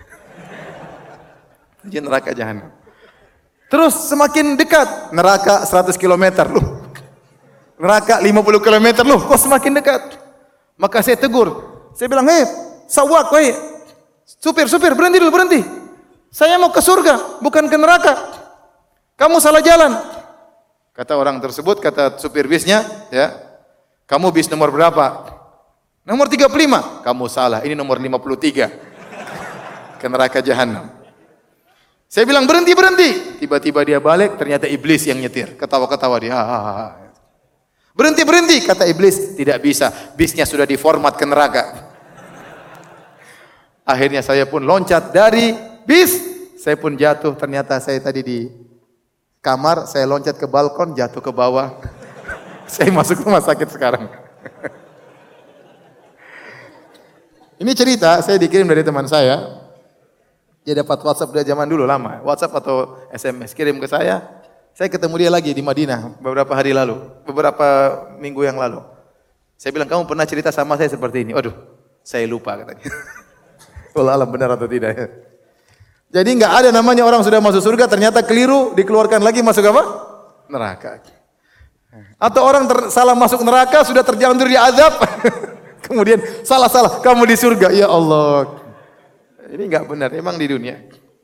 Di neraka jahanam. Terus semakin dekat, neraka seratus kilometer. Loh, neraka lima puluh kilometer. Loh, kok semakin dekat? Maka saya tegur. Saya bilang, "Hei, sawak, hei. Supir, supir, berhenti dulu, berhenti. Saya mau ke surga, bukan ke neraka. Kamu salah jalan." Kata orang tersebut, kata supir bisnya, ya. "Kamu bis nomor berapa?" "Nomor tiga puluh lima." "Kamu salah, ini nomor lima puluh tiga." Ke neraka jahanam. Saya bilang, "Berhenti, berhenti." Tiba-tiba dia balik, ternyata iblis yang nyetir. Ketawa-ketawa dia. Ha, ha, ha. "Berhenti, berhenti." Kata iblis, "Tidak bisa, bisnya sudah diformat ke neraka." Akhirnya saya pun loncat dari bis. Saya pun jatuh, ternyata saya tadi di kamar, saya loncat ke balkon, jatuh ke bawah. Saya masuk rumah sakit sekarang. Ini cerita, saya dikirim dari teman saya. Dia dapat WhatsApp dari zaman dulu lama, WhatsApp atau S M S kirim ke saya. Saya ketemu dia lagi di Madinah beberapa hari lalu, beberapa minggu yang lalu. Saya bilang, "Kamu pernah cerita sama saya seperti ini?" "Waduh, saya lupa," katanya. Wallah alam benar atau tidak. Jadi enggak ada namanya orang sudah masuk surga ternyata keliru, dikeluarkan lagi masuk apa? Neraka. Atau orang ter, salah masuk neraka sudah terjangkau di azab. Kemudian salah-salah kamu di surga. Ya Allah. Ini enggak benar, emang di dunia.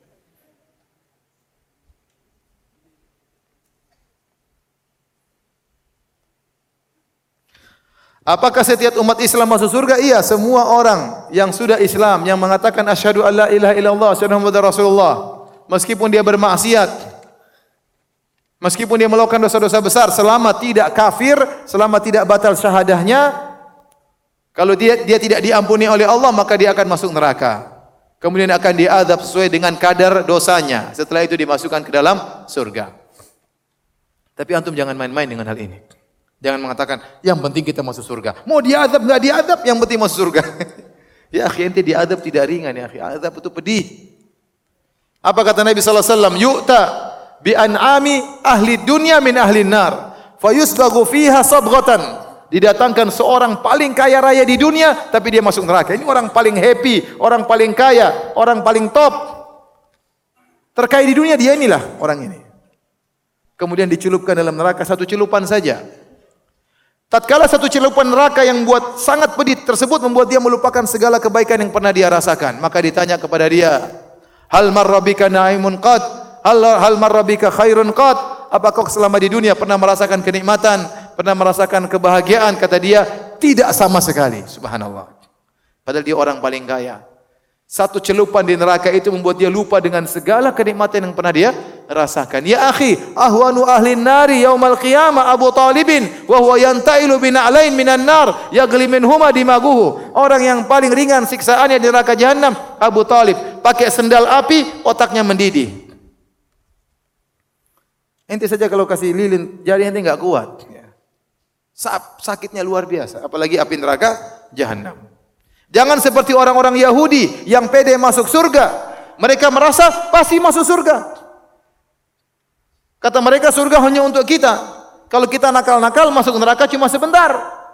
Apakah setiap umat Islam masuk surga? Iya, semua orang yang sudah Islam, yang mengatakan asyhadu alla ilaha illallah, asyhadu anna muhammadar rasulullah, meskipun dia bermaksiat, meskipun dia melakukan dosa-dosa besar, selama tidak kafir, selama tidak batal syahadahnya, kalau dia dia tidak diampuni oleh Allah, maka dia akan masuk neraka. Kemudian akan diazab sesuai dengan kadar dosanya. Setelah itu dimasukkan ke dalam surga. Tapi antum jangan main-main dengan hal ini. Jangan mengatakan, yang penting kita masuk surga. Mau diazab, enggak diazab, yang penting masuk surga. Ya akhi, ente diazab tidak ringan ya akhi. Azab itu pedih. Apa kata Nabi sallallahu alaihi wasallam? Yu'ta bi an'ami ahli dunya min ahli nar. Fayusbaghu fiha sabghatan. Didatangkan seorang paling kaya raya di dunia, tapi dia masuk neraka. Ini orang paling happy, orang paling kaya, orang paling top. Terkaya di dunia dia inilah orang ini. Kemudian dicelupkan dalam neraka satu celupan saja. Tatkala satu celupan neraka yang buat sangat pedih tersebut membuat dia melupakan segala kebaikan yang pernah dia rasakan. Maka ditanya kepada dia, "Hal marrabika na'imun qad? Hal hal marrabika khairun qad?" Apakah selama di dunia pernah merasakan kenikmatan, pernah merasakan kebahagiaan? Kata dia, tidak sama sekali. Subhanallah. Padahal dia orang paling kaya. Satu celupan di neraka itu membuat dia lupa dengan segala kenikmatan yang pernah dia rasakan. Ya akhi, ahwanu ahli nari yaumal qiyamah Abu Talibin wa huwa yantailu bina'lain minan nar yaghli minhuma dimaguhu. Orang yang paling ringan siksaannya di neraka jahanam Abu Talib, pakai sendal api, otaknya mendidih. Ente saja kalau kasih lilin, jari ente enggak kuat. Sakitnya luar biasa, apalagi api neraka jahanam. Jangan seperti orang-orang Yahudi yang pede masuk surga. Mereka merasa pasti masuk surga. Kata mereka surga hanya untuk kita. Kalau kita nakal-nakal masuk neraka cuma sebentar.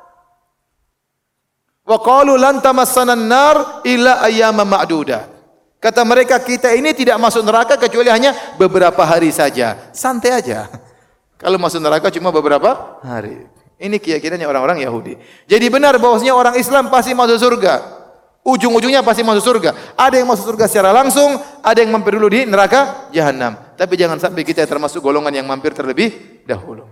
Wa qalu lan tamassana an-nar illa ayyaman ma'dudah. Kata mereka kita ini tidak masuk neraka kecuali hanya beberapa hari saja. Santai aja. Kalau masuk neraka cuma beberapa hari. Ini keyakinannya orang-orang Yahudi. Jadi benar bahwasanya orang Islam pasti masuk surga. Ujung-ujungnya pasti masuk surga. Ada yang masuk surga secara langsung, ada yang mampir dulu di neraka jahanam. Tapi jangan sampai kita termasuk golongan yang mampir terlebih dahulu.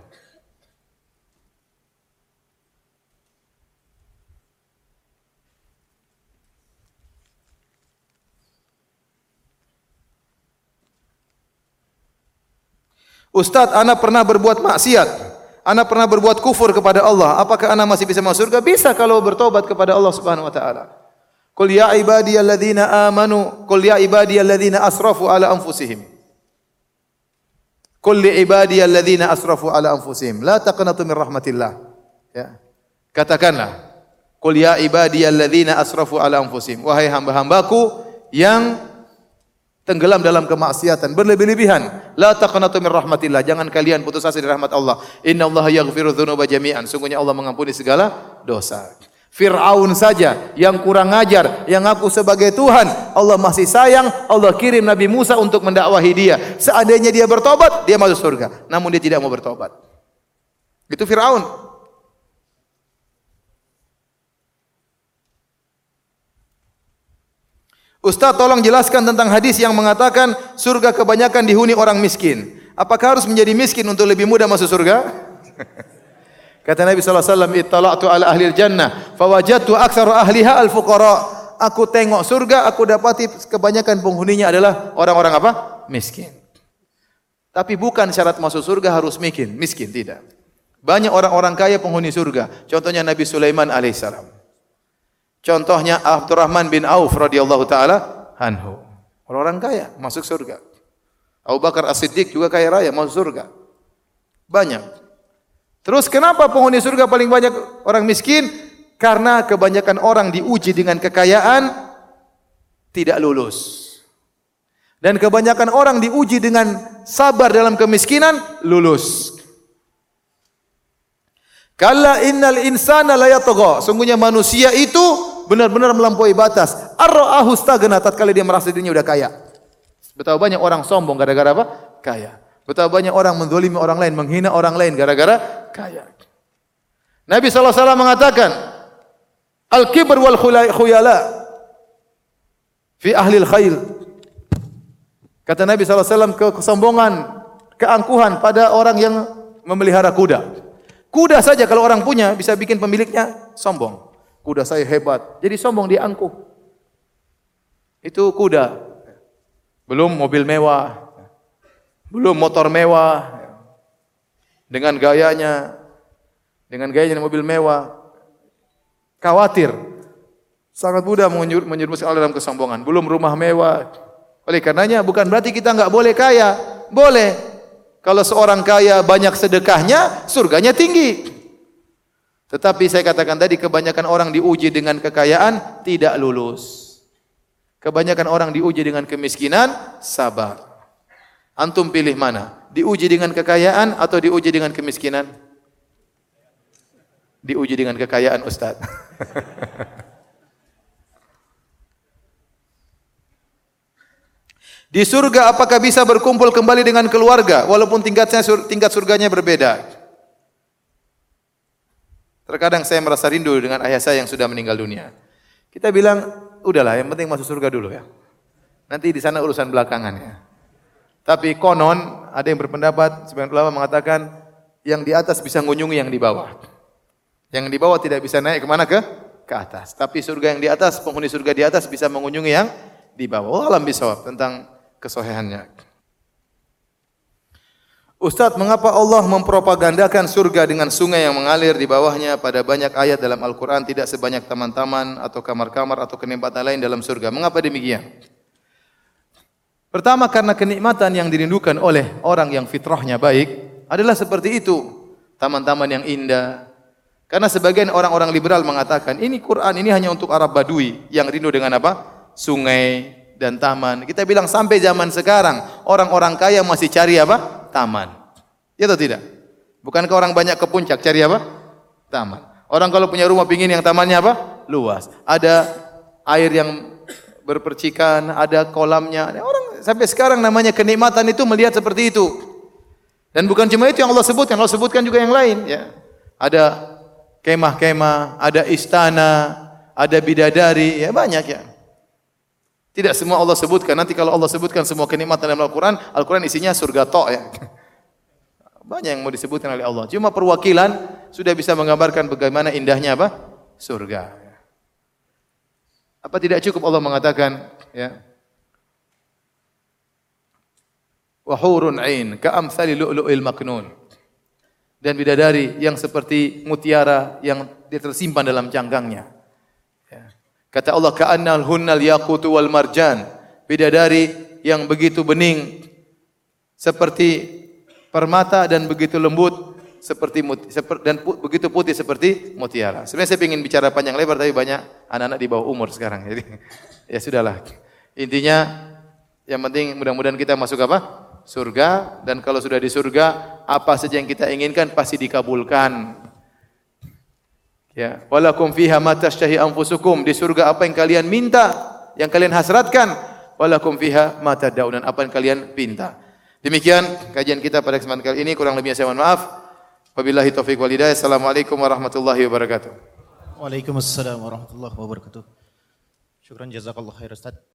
Ustaz, ana pernah berbuat maksiat. Ana pernah berbuat kufur kepada Allah. Apakah ana masih bisa masuk surga? Bisa kalau bertobat kepada Allah Subhanahu wa taala. Qul ya ibadiyalladzina amanu, qul ya ibadiyalladzina asrafu ala anfusihim. Qul li ibadiyalladzina asrafu ala anfusihim, la taqnatu min rahmatillah. Ya. Katakanlah, qul ya ibadiyalladzina asrafu ala anfusihim, wahai hamba-hambaku yang tenggelam dalam kemaksiatan, berlebih-lebihan. La taqnatu min rahmatillah. Jangan kalian putus asa dari rahmat Allah. Innallaha yaghfiru dzunuba jami'an. Sungguhnya Allah mengampuni segala dosa. Fir'aun saja yang kurang ajar, yang ngaku sebagai Tuhan, Allah masih sayang, Allah kirim Nabi Musa untuk mendakwahi dia. Seandainya dia bertobat, dia masuk surga. Namun dia tidak mau bertobat. Itu Fir'aun. Ustaz, tolong jelaskan tentang hadis yang mengatakan surga kebanyakan dihuni orang miskin. Apakah harus menjadi miskin untuk lebih mudah masuk surga? Kata Nabi sallallahu alaihi wasallam, "Ittala'tu ala ahli jannah, fawajadtu aktsara ahliha al-fuqara." Aku tengok surga, aku dapati kebanyakan penghuninya adalah orang-orang apa? Miskin. Tapi bukan syarat masuk surga harus miskin, miskin tidak. Banyak orang-orang kaya penghuni surga. Contohnya Nabi Sulaiman alaihissalam. Contohnya Abdurrahman bin Auf radhiyallahu taala anhu. Orang-orang kaya masuk surga. Abu Bakar As-Siddiq juga kaya raya masuk surga. Banyak. Terus kenapa penghuni surga paling banyak orang miskin? Karena kebanyakan orang diuji dengan kekayaan tidak lulus. Dan kebanyakan orang diuji dengan sabar dalam kemiskinan lulus. Kalla innal insana la yatagha. Sungguhnya manusia itu benar-benar melampaui batas. Ar-ra'ahu staghna, tatkala dia merasa dirinya sudah kaya. Betapa banyak orang sombong gara-gara apa? Kaya. Betapa banyak orang menzalimi orang lain, menghina orang lain gara-gara kaya. Nabi sallallahu alaihi wasallam mengatakan, al-kibr wal khuyala fi ahli al-khail. Kata Nabi sallallahu alaihi wasallam, kesombongan, keangkuhan pada orang yang memelihara kuda. Kuda saja kalau orang punya bisa bikin pemiliknya sombong. Kuda saya hebat. Jadi sombong, dia angkuh. Itu kuda. Belum mobil mewah. Belum motor mewah. Dengan gayanya. Dengan gayanya mobil mewah. Khawatir. Sangat mudah menjerumuskan orang dalam kesombongan. Belum rumah mewah. Oleh karenanya bukan berarti kita enggak boleh kaya. Boleh. Kalau seorang kaya banyak sedekahnya, surganya tinggi. Tetapi saya katakan tadi, kebanyakan orang diuji dengan kekayaan, tidak lulus. Kebanyakan orang diuji dengan kemiskinan, sabar. Antum pilih mana? Diuji dengan kekayaan atau diuji dengan kemiskinan? Diuji dengan kekayaan, Ustaz. Di surga apakah bisa berkumpul kembali dengan keluarga walaupun tingkatnya tingkat surganya berbeda? Terkadang saya merasa rindu dengan ayah saya yang sudah meninggal dunia. Kita bilang, udahlah yang penting masuk surga dulu ya. Nanti di sana urusan belakangan ya. Tapi konon ada yang berpendapat, sebagian ulama mengatakan yang di atas bisa mengunjungi yang di bawah. Yang di bawah tidak bisa naik kemana ke? Ke atas. Tapi surga yang di atas, penghuni surga di atas bisa mengunjungi yang di bawah. Alam bisawab tentang kesohihannya. Ustaz, mengapa Allah mempropagandakan surga dengan sungai yang mengalir di bawahnya pada banyak ayat dalam Al-Quran tidak sebanyak taman-taman atau kamar-kamar atau kenikmatan lain dalam surga? Mengapa demikian? Pertama, karena kenikmatan yang dirindukan oleh orang yang fitrahnya baik adalah seperti itu. Taman-taman yang indah. Karena sebagian orang-orang liberal mengatakan, ini Quran ini hanya untuk Arab Badui yang rindu dengan apa? Sungai dan taman. Kita bilang sampai zaman sekarang orang-orang kaya masih cari apa? Taman. Ya atau tidak? Bukankah orang banyak ke puncak cari apa? Taman. Orang kalau punya rumah pingin yang tamannya apa? Luas. Ada air yang berpercikan, ada kolamnya. Orang sampai sekarang namanya kenikmatan itu melihat seperti itu. Dan bukan cuma itu yang Allah sebutkan, Allah sebutkan juga yang lain ya. Ada kemah-kemah, ada istana, ada bidadari, ya banyak ya. Tidak semua Allah sebutkan. Nanti kalau Allah sebutkan semua kenikmatan dalam Al-Quran, Al-Quran isinya surga tok ya. Banyak yang mau disebutkan oleh Allah. Cuma perwakilan sudah bisa menggambarkan bagaimana indahnya apa? Surga. Apa tidak cukup Allah mengatakan ya? Wa hurun 'ain ka'amsali lu'lu'il maknun. Dan bidadari yang seperti mutiara yang tersimpan dalam cangkangnya. Kata Allah, ka'annal hunnal yaqutu wal marjan. Bidadari yang begitu bening seperti permata dan begitu lembut seperti muti, dan begitu putih seperti mutiara. Sebenarnya saya ingin bicara panjang lebar tapi banyak anak-anak di bawah umur sekarang. Jadi ya sudahlah. Intinya yang penting mudah-mudahan kita masuk apa? Surga, dan kalau sudah di surga apa saja yang kita inginkan pasti dikabulkan. Ya, walakum fiha ma tashtahi anfusukum, di surga apa yang kalian minta, yang kalian hasratkan, walakum fiha ma tad'un, apa yang kalian pinta. Demikian kajian kita pada kesempatan kali ini, kurang lebihnya saya mohon maaf. Wabillahi taufiq wal hidayah. Assalamualaikum warahmatullahi wabarakatuh. Waalaikumsalam warahmatullahi wabarakatuh. Syukran jazakallahu khair Ustaz.